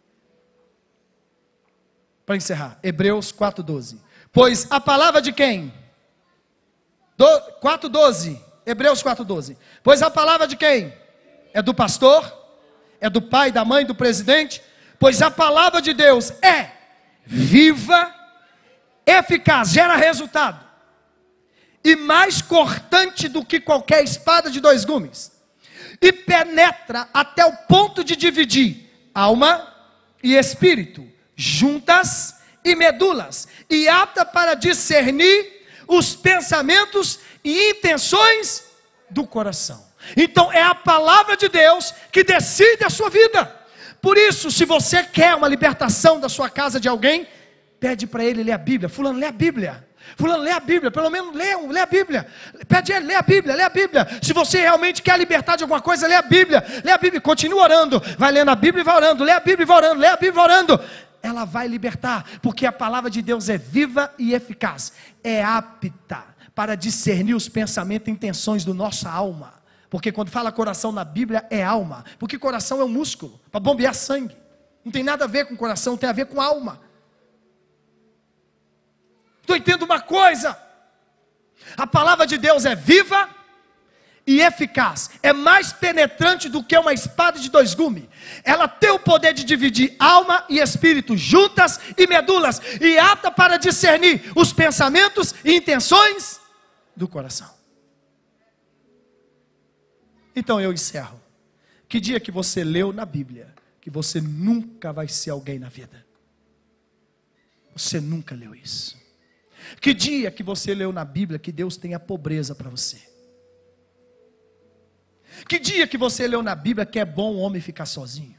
Para encerrar, Hebreus quatro, doze. Pois a palavra de quem? Do, quatro, doze. Hebreus quatro, doze. Pois a palavra de quem? É do pastor? É do pai, da mãe, do presidente? Pois a palavra de Deus é viva, eficaz, gera resultado, e mais cortante do que qualquer espada de dois gumes, e penetra até o ponto de dividir alma e espírito, juntas e medulas, e apta para discernir os pensamentos e intenções do coração. Então é a palavra de Deus que decide a sua vida. Por isso, se você quer uma libertação da sua casa de alguém, pede para ele ler a Bíblia. Fulano, lê a Bíblia. Fulano, lê a Bíblia, pelo menos lê, lê a Bíblia. Pede a ele, lê a Bíblia, lê a Bíblia. Se você realmente quer libertar de alguma coisa, lê a Bíblia. Lê a Bíblia, continua orando. Vai lendo a Bíblia e vai orando. Lê a Bíblia e vai orando. Lê a Bíblia e vai orando. Ela vai libertar, porque a palavra de Deus é viva e eficaz. É apta para discernir os pensamentos e intenções do nossa alma. Porque quando fala coração na Bíblia, é alma. Porque coração é um músculo, para bombear sangue. Não tem nada a ver com coração, tem a ver com alma. Então entenda uma coisa. A palavra de Deus é viva e eficaz. É mais penetrante do que uma espada de dois gumes. Ela tem o poder de dividir alma e espírito, juntas e medulas. E apta para discernir os pensamentos e intenções do coração. Então eu encerro. Que dia que você leu na Bíblia que você nunca vai ser alguém na vida? Você nunca leu isso. Que dia que você leu na Bíblia que Deus tem a pobreza para você? Que dia que você leu na Bíblia que é bom o homem ficar sozinho?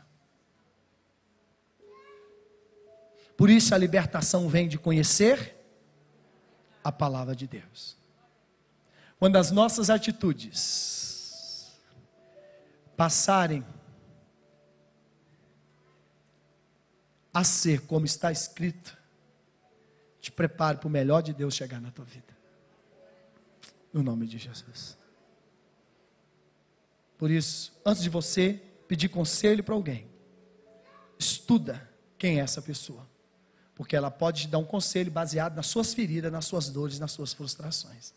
Por isso a libertação vem de conhecer a palavra de Deus. Quando as nossas atitudes passarem a ser como está escrito, te prepare para o melhor de Deus chegar na tua vida. No nome de Jesus. Por isso, antes de você pedir conselho para alguém, estuda quem é essa pessoa. Porque ela pode te dar um conselho baseado nas suas feridas, nas suas dores, nas suas frustrações.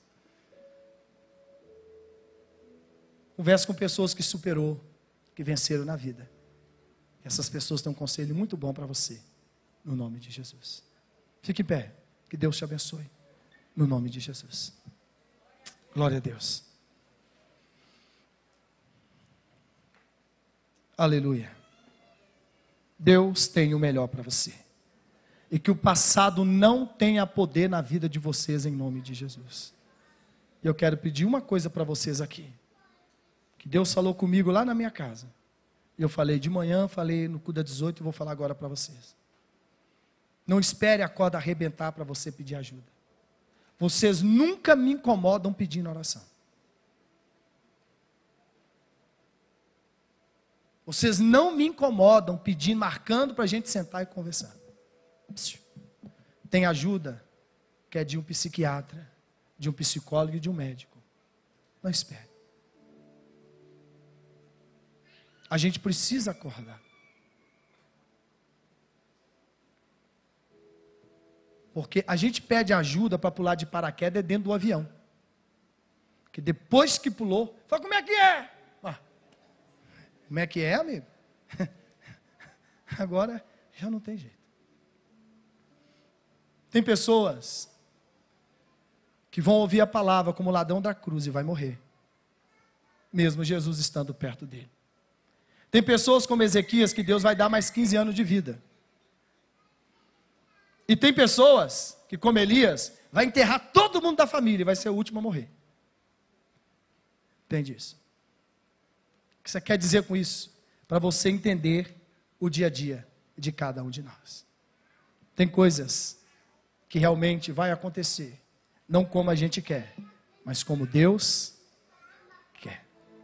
Converse com pessoas que superou, que venceram na vida. Essas pessoas têm um conselho muito bom para você. No nome de Jesus. Fique em pé. Que Deus te abençoe. No nome de Jesus. Glória a Deus. Aleluia. Deus tem o melhor para você. E que o passado não tenha poder na vida de vocês em nome de Jesus. E eu quero pedir uma coisa para vocês aqui. Que Deus falou comigo lá na minha casa. E eu falei de manhã, falei no Cuda dezoito e vou falar agora para vocês. Não espere a corda arrebentar para você pedir ajuda. Vocês nunca me incomodam pedindo oração. Vocês não me incomodam pedindo, marcando para a gente sentar e conversar. Tem ajuda que é de um psiquiatra, de um psicólogo e de um médico. Não espere. A gente precisa acordar. Porque a gente pede ajuda para pular de paraquedas dentro do avião. Porque depois que pulou, fala, como é que é? Ah, como é que é, amigo? Agora já não tem jeito. Tem pessoas que vão ouvir a palavra como ladrão da cruz e vai morrer. Mesmo Jesus estando perto dele. Tem pessoas como Ezequias que Deus vai dar mais quinze anos de vida. E tem pessoas que, como Elias, vai enterrar todo mundo da família e vai ser o último a morrer. Entende isso? O que você quer dizer com isso? Para você entender o dia a dia de cada um de nós. Tem coisas que realmente vai acontecer, não como a gente quer, mas como Deus quer.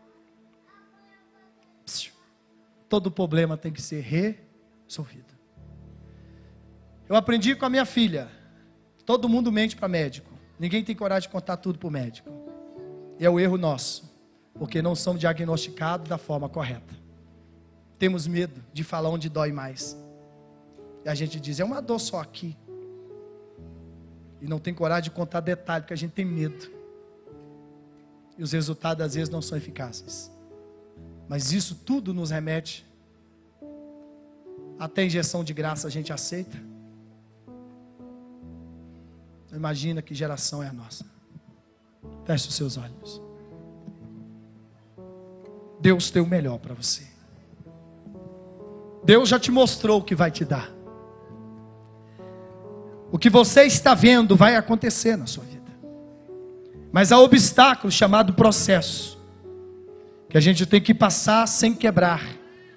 Todo problema tem que ser resolvido. Eu aprendi com a minha filha. Todo mundo mente para médico. Ninguém tem coragem de contar tudo para o médico. E é o erro nosso. Porque não somos diagnosticados da forma correta. Temos medo de falar onde dói mais. E a gente diz, é uma dor só aqui. E não tem coragem de contar detalhe, porque a gente tem medo. E os resultados às vezes não são eficazes. Mas isso tudo nos remete. Até injeção de graça a gente aceita. Imagina que geração é a nossa. Feche os seus olhos. Deus tem o melhor para você. Deus já te mostrou o que vai te dar. O que você está vendo vai acontecer na sua vida. Mas há obstáculo chamado processo, que a gente tem que passar sem quebrar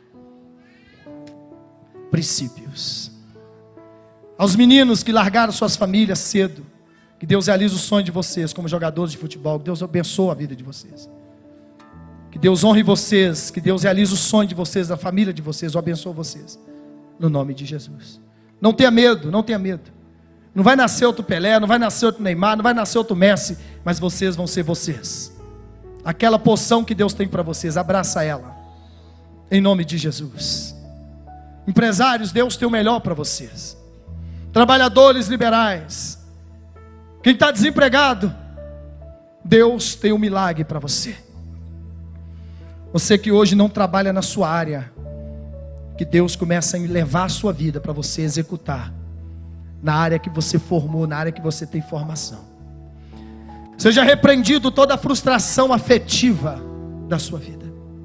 princípios. Aos meninos que largaram suas famílias cedo, que Deus realize o sonho de vocês como jogadores de futebol, que Deus abençoe a vida de vocês. Que Deus honre vocês, que Deus realize o sonho de vocês, a família de vocês, eu abençoo vocês. No nome de Jesus. Não tenha medo, não tenha medo. Não vai nascer outro Pelé, não vai nascer outro Neymar, não vai nascer outro Messi, mas vocês vão ser vocês. Aquela porção que Deus tem para vocês, abraça ela. Em nome de Jesus. Empresários, Deus tem o melhor para vocês. Trabalhadores liberais, quem está desempregado, Deus tem um milagre para você. Você que hoje não trabalha na sua área, que Deus comece a levar a sua vida para você executar na área que você formou, na área que você tem formação. Seja repreendido toda a frustração afetiva da sua vida.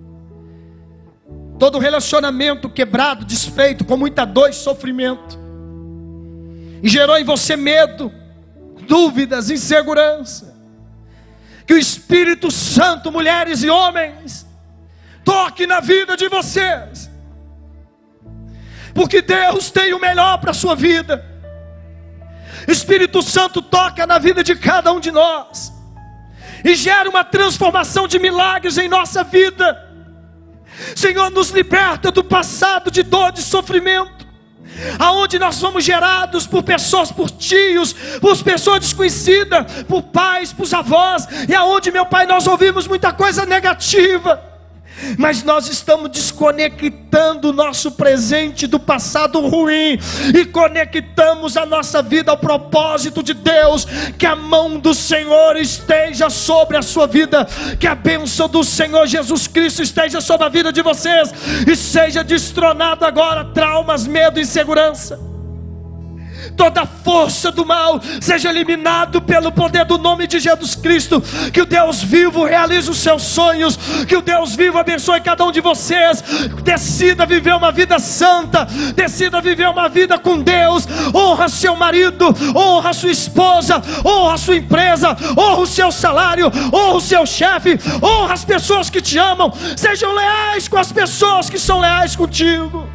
Todo relacionamento quebrado, desfeito, com muita dor e sofrimento, e gerou em você medo, dúvidas, insegurança. Que o Espírito Santo, mulheres e homens, toque na vida de vocês. Porque Deus tem o melhor para a sua vida. Espírito Santo toca na vida de cada um de nós e gera uma transformação de milagres em nossa vida. Senhor, nos liberta do passado de dor, de sofrimento, aonde nós somos gerados por pessoas, por tios, por pessoas desconhecidas, por pais, por avós, e aonde, meu Pai, nós ouvimos muita coisa negativa, mas nós estamos desconectando o nosso presente do passado ruim e conectamos a nossa vida ao propósito de Deus. Que a mão do Senhor esteja sobre a sua vida, que a bênção do Senhor Jesus Cristo esteja sobre a vida de vocês e seja destronado agora traumas, medo e insegurança. Toda força do mal seja eliminado pelo poder do nome de Jesus Cristo. Que o Deus vivo realize os seus sonhos. Que o Deus vivo abençoe cada um de vocês. Decida viver uma vida santa. Decida viver uma vida com Deus. Honra seu marido, honra sua esposa, honra sua empresa, honra o seu salário, honra o seu chefe, honra as pessoas que te amam. Sejam leais com as pessoas que são leais contigo.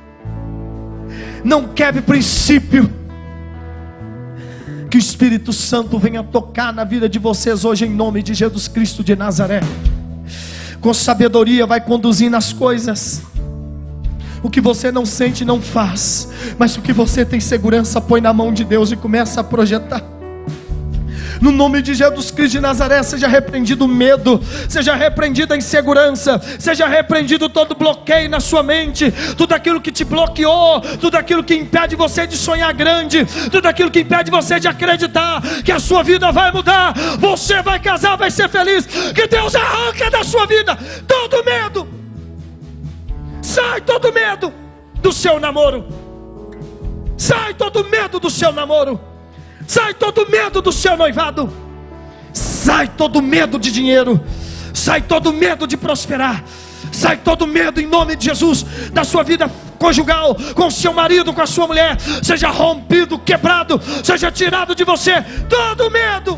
Não quebre princípio. Que o Espírito Santo venha tocar na vida de vocês hoje, em nome de Jesus Cristo de Nazaré. Com sabedoria vai conduzindo as coisas. O que você não sente não faz, mas o que você tem segurança põe na mão de Deus e começa a projetar. No nome de Jesus Cristo de Nazaré, seja repreendido o medo, seja repreendida a insegurança, seja repreendido todo bloqueio na sua mente, tudo aquilo que te bloqueou, tudo aquilo que impede você de sonhar grande, tudo aquilo que impede você de acreditar que a sua vida vai mudar, você vai casar, vai ser feliz. Que Deus arranca da sua vida todo medo. Sai todo medo do seu namoro. Sai todo medo do seu namoro. Sai todo medo do seu noivado. Sai todo medo de dinheiro. Sai todo medo de prosperar. Sai todo medo em nome de Jesus da sua vida conjugal, com o seu marido, com a sua mulher. Seja rompido, quebrado, seja tirado de você todo medo.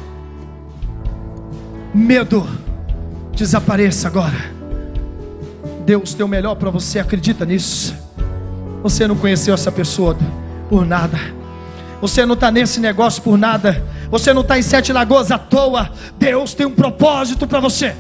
Medo desapareça agora. Deus tem o melhor para você, acredita nisso. Você não conheceu essa pessoa por nada. Você não está nesse negócio por nada. Você não está em Sete Lagoas à toa. Deus tem um propósito para você.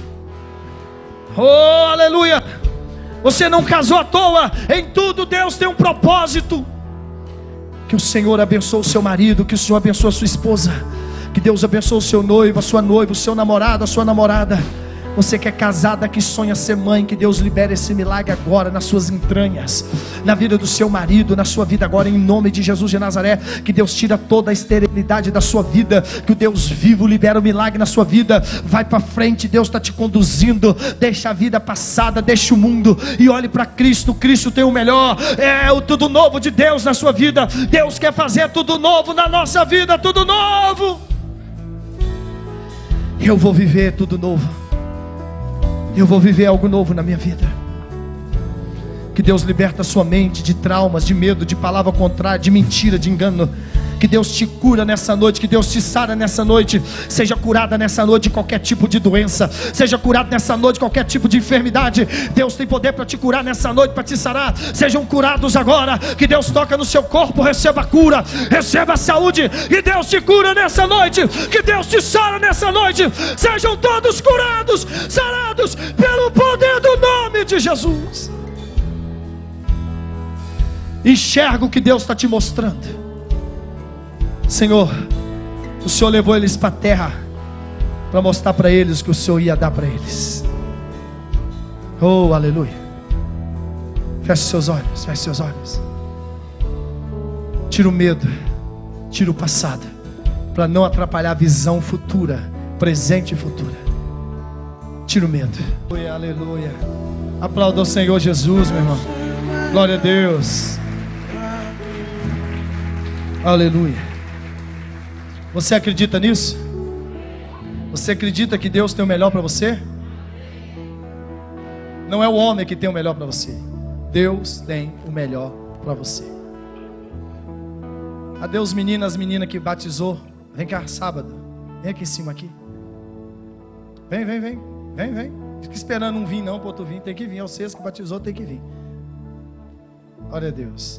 Oh, aleluia. Você não casou à toa. Em tudo Deus tem um propósito. Que o Senhor abençoe o seu marido. Que o Senhor abençoe a sua esposa. Que Deus abençoe o seu noivo, a sua noiva, o seu namorado, a sua namorada. Você que é casada, que sonha ser mãe, que Deus libere esse milagre agora nas suas entranhas, na vida do seu marido, na sua vida agora, em nome de Jesus de Nazaré. Que Deus tira toda a esterilidade da sua vida, que o Deus vivo libera o milagre na sua vida. Vai para frente, Deus está te conduzindo. Deixa a vida passada, deixa o mundo e olhe para Cristo. Cristo tem o melhor, é o tudo novo de Deus na sua vida. Deus quer fazer tudo novo na nossa vida, tudo novo. Eu vou viver tudo novo. Eu vou viver algo novo na minha vida. Que Deus liberta a sua mente de traumas, de medo, de palavra contrária, de mentira, de engano. Que Deus te cura nessa noite, que Deus te sara nessa noite. Seja curada nessa noite de qualquer tipo de doença. Seja curado nessa noite de qualquer tipo de enfermidade. Deus tem poder para te curar nessa noite, para te sarar. Sejam curados agora. Que Deus toca no seu corpo, receba a cura, receba a saúde. E Deus te cura nessa noite. Que Deus te sara nessa noite. Sejam todos curados, sarados pelo poder do nome de Jesus. Enxerga o que Deus está te mostrando. Senhor, o Senhor levou eles para a terra para mostrar para eles o que o Senhor ia dar para eles. Oh, aleluia. Feche seus olhos, feche seus olhos. Tira o medo, tira o passado, para não atrapalhar a visão futura, presente e futura. Tira o medo. Aleluia, aleluia. Aplauda o Senhor Jesus, meu irmão. Glória a Deus. Aleluia. Você acredita nisso? Você acredita que Deus tem o melhor para você? Não é o homem que tem o melhor para você. Deus tem o melhor para você. Adeus meninas, menina que batizou. Vem cá sábado. Vem aqui em cima aqui. Vem, vem, vem. Vem, vem. Fica esperando um vir não para outro vir. Tem que vir. É o sexto que batizou, tem que vir. Glória a Deus.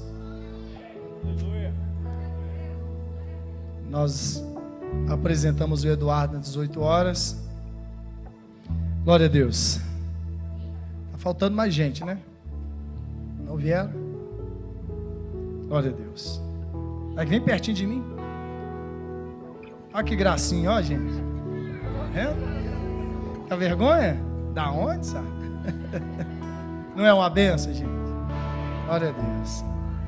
Nós apresentamos o Eduardo às dezoito horas. Glória a Deus. Está faltando mais gente, né? Não vieram? Glória a Deus. Aí vem pertinho de mim. Olha que gracinha, ó, gente. É? Tá vergonha? Da onde, sabe? Não é uma benção, gente? Glória a Deus.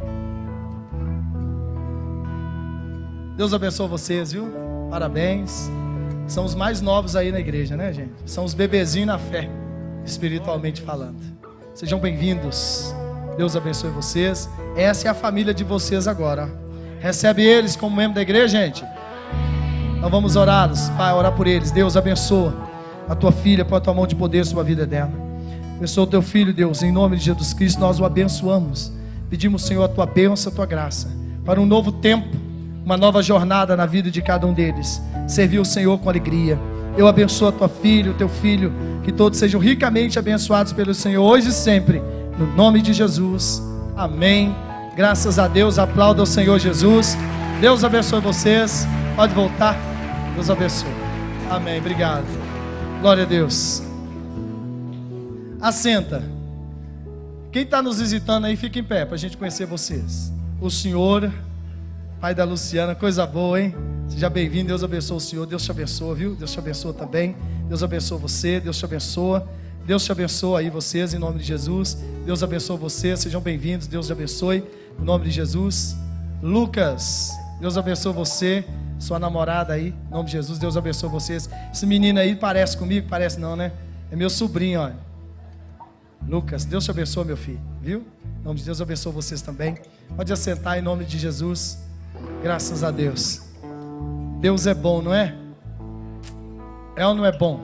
Deus abençoe vocês, viu? Parabéns. São os mais novos aí na igreja, né, gente? São os bebezinhos na fé, espiritualmente falando. Sejam bem-vindos. Deus abençoe vocês. Essa é a família de vocês agora. Recebe eles como membro da igreja, gente. Nós vamos orá-los, Pai, orar por eles. Deus abençoa a tua filha, põe a tua mão de poder sobre a vida dela. Abençoa o teu filho, Deus, em nome de Jesus Cristo. Nós o abençoamos. Pedimos, Senhor, a tua bênção, a tua graça, para um novo tempo, uma nova jornada na vida de cada um deles. Servir o Senhor com alegria. Eu abençoo a tua filha, o teu filho, que todos sejam ricamente abençoados pelo Senhor, hoje e sempre, no nome de Jesus, amém. Graças a Deus, aplauda o Senhor Jesus. Deus abençoe vocês, pode voltar. Deus abençoe, amém, obrigado. Glória a Deus. Assenta. Quem está nos visitando aí, fica em pé, para a gente conhecer vocês. O Senhor, pai da Luciana, coisa boa, hein? Seja bem-vindo, Deus abençoe o Senhor. Deus te abençoe, viu? Deus te abençoe também. Deus abençoe você, Deus te abençoa. Deus te abençoe aí vocês, em nome de Jesus. Deus abençoe vocês, sejam bem-vindos. Deus te abençoe, em nome de Jesus. Lucas, Deus abençoe você, sua namorada aí, em nome de Jesus. Deus abençoe vocês. Esse menino aí parece comigo? Parece não, né? É meu sobrinho, olha. Lucas, Deus te abençoe, meu filho, viu? Em nome de Deus, abençoe vocês também. Pode assentar em nome de Jesus. Graças a Deus. Deus é bom, não é? É ou não é bom?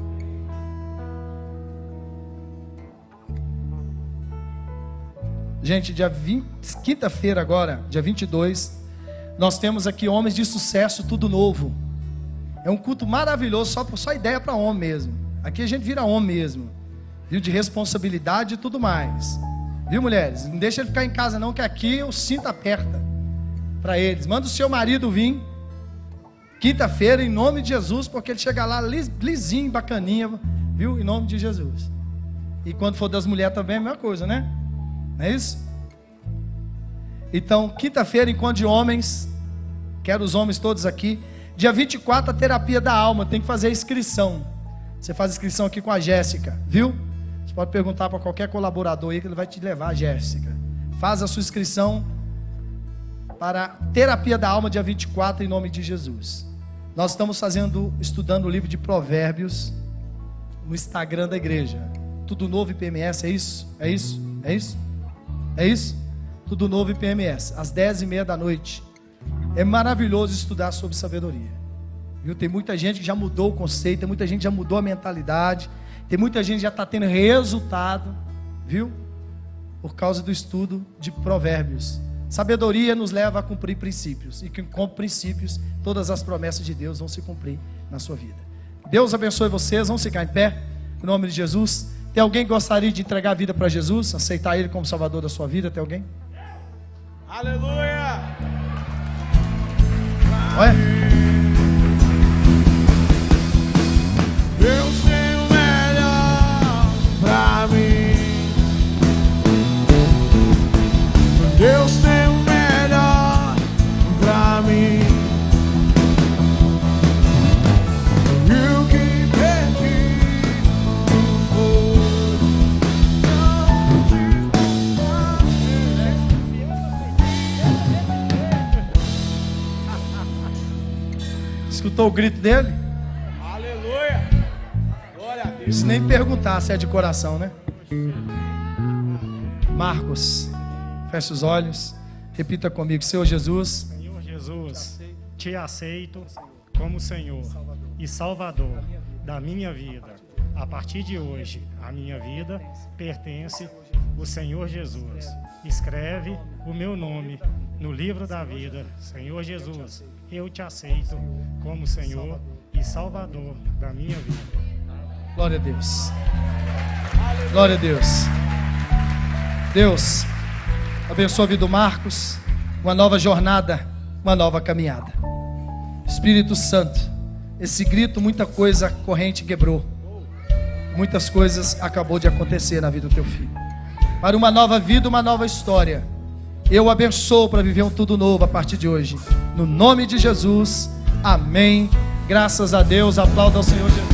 Gente, dia vinte, quinta-feira agora, dia vinte e dois, nós temos aqui homens de sucesso, tudo novo. É um culto maravilhoso, só, só ideia para homem mesmo. Aqui a gente vira homem mesmo, viu? De responsabilidade e tudo mais. Viu, mulheres? Não deixa ele ficar em casa não, que aqui o cinto aperta para eles. Manda o seu marido vir quinta-feira, em nome de Jesus, porque ele chega lá lis, lisinho, bacaninha, viu? Em nome de Jesus. E quando for das mulheres também é a mesma coisa, né? Não é isso? Então, quinta-feira, encontro de homens. Quero os homens todos aqui. Dia vinte e quatro, a terapia da alma. Tem que fazer a inscrição. Você faz inscrição aqui com a Jéssica, viu? Você pode perguntar para qualquer colaborador aí que ele vai te levar, a Jéssica. Faz a sua inscrição para Terapia da Alma, dia vinte e quatro, em nome de Jesus. Nós estamos fazendo, estudando o livro de Provérbios no Instagram da igreja. Tudo Novo I P M S, é isso? É isso? É isso? É isso? Tudo Novo I P M S, às dez e meia da noite. É maravilhoso estudar sobre sabedoria. Viu? Tem muita gente que já mudou o conceito, tem muita gente que já mudou a mentalidade, tem muita gente que já está tendo resultado, viu? Por causa do estudo de Provérbios. Sabedoria nos leva a cumprir princípios, e com princípios todas as promessas de Deus vão se cumprir na sua vida. Deus abençoe vocês, vamos ficar em pé, em nome de Jesus. Tem alguém que gostaria de entregar a vida para Jesus, aceitar Ele como Salvador da sua vida? Tem alguém? Aleluia! Olha. Deus tem o melhor pra mim. Deus tem o melhor pra mim. E o que perdi Escutou o grito dele? Aleluia! Glória a Deus. Se nem perguntar se é de coração, né? Marcos, feche os olhos, repita comigo: Senhor Jesus, Senhor Jesus, te aceito como Senhor e Salvador da minha vida. A partir de hoje, a minha vida pertence ao Senhor Jesus. Escreve o meu nome no livro da vida. Senhor Jesus, eu te aceito como Senhor e Salvador da minha vida. glória a Deus, glória a Deus. Deus abençoa a vida do Marcos, uma nova jornada, uma nova caminhada. Espírito Santo, esse grito, muita coisa corrente quebrou, muitas coisas acabou de acontecer na vida do teu filho. Para uma nova vida, uma nova história, eu abençoo para viver um tudo novo a partir de hoje, no nome de Jesus, amém. Graças a Deus, aplauda ao Senhor Jesus.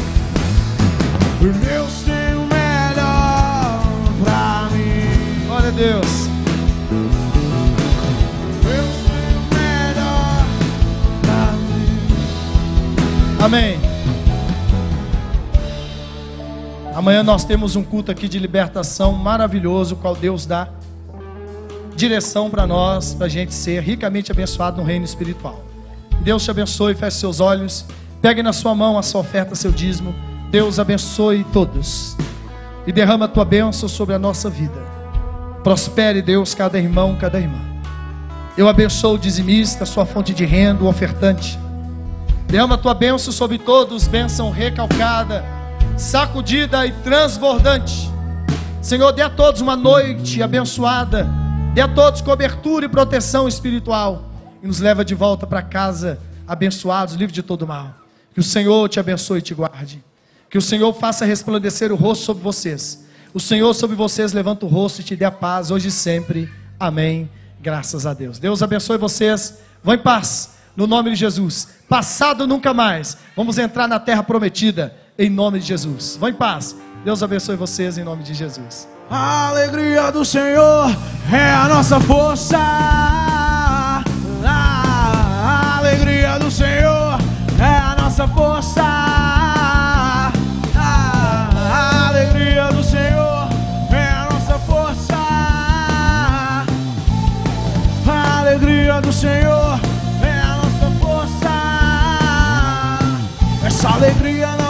Deus tem o melhor pra mim. Glória a Deus. Deus tem o melhor pra mim. Amém. Amanhã nós temos um culto aqui de libertação maravilhoso, qual Deus dá direção para nós, para a gente ser ricamente abençoado no reino espiritual. Deus te abençoe, feche seus olhos, pegue na sua mão a sua oferta, seu dízimo. Deus abençoe todos e derrama a tua bênção sobre a nossa vida. Prospere, Deus, cada irmão, cada irmã. Eu abençoo o dizimista, sua fonte de renda, o ofertante. Derrama a tua bênção sobre todos, bênção recalcada, sacudida e transbordante. Senhor, dê a todos uma noite abençoada, dê a todos cobertura e proteção espiritual, e nos leva de volta para casa abençoados, livre de todo mal. Que o Senhor te abençoe e te guarde. Que o Senhor faça resplandecer o rosto sobre vocês. O Senhor sobre vocês levanta o rosto e te dê a paz hoje e sempre. Amém. Graças a Deus. Deus abençoe vocês. Vão em paz, no nome de Jesus. Passado nunca mais. Vamos entrar na terra prometida, em nome de Jesus. Vão em paz. Deus abençoe vocês em nome de Jesus. A alegria do Senhor é a nossa força. A alegria do Senhor é a nossa força. A alegria do Senhor é a nossa força. A alegria do Senhor é a nossa força. Essa alegria não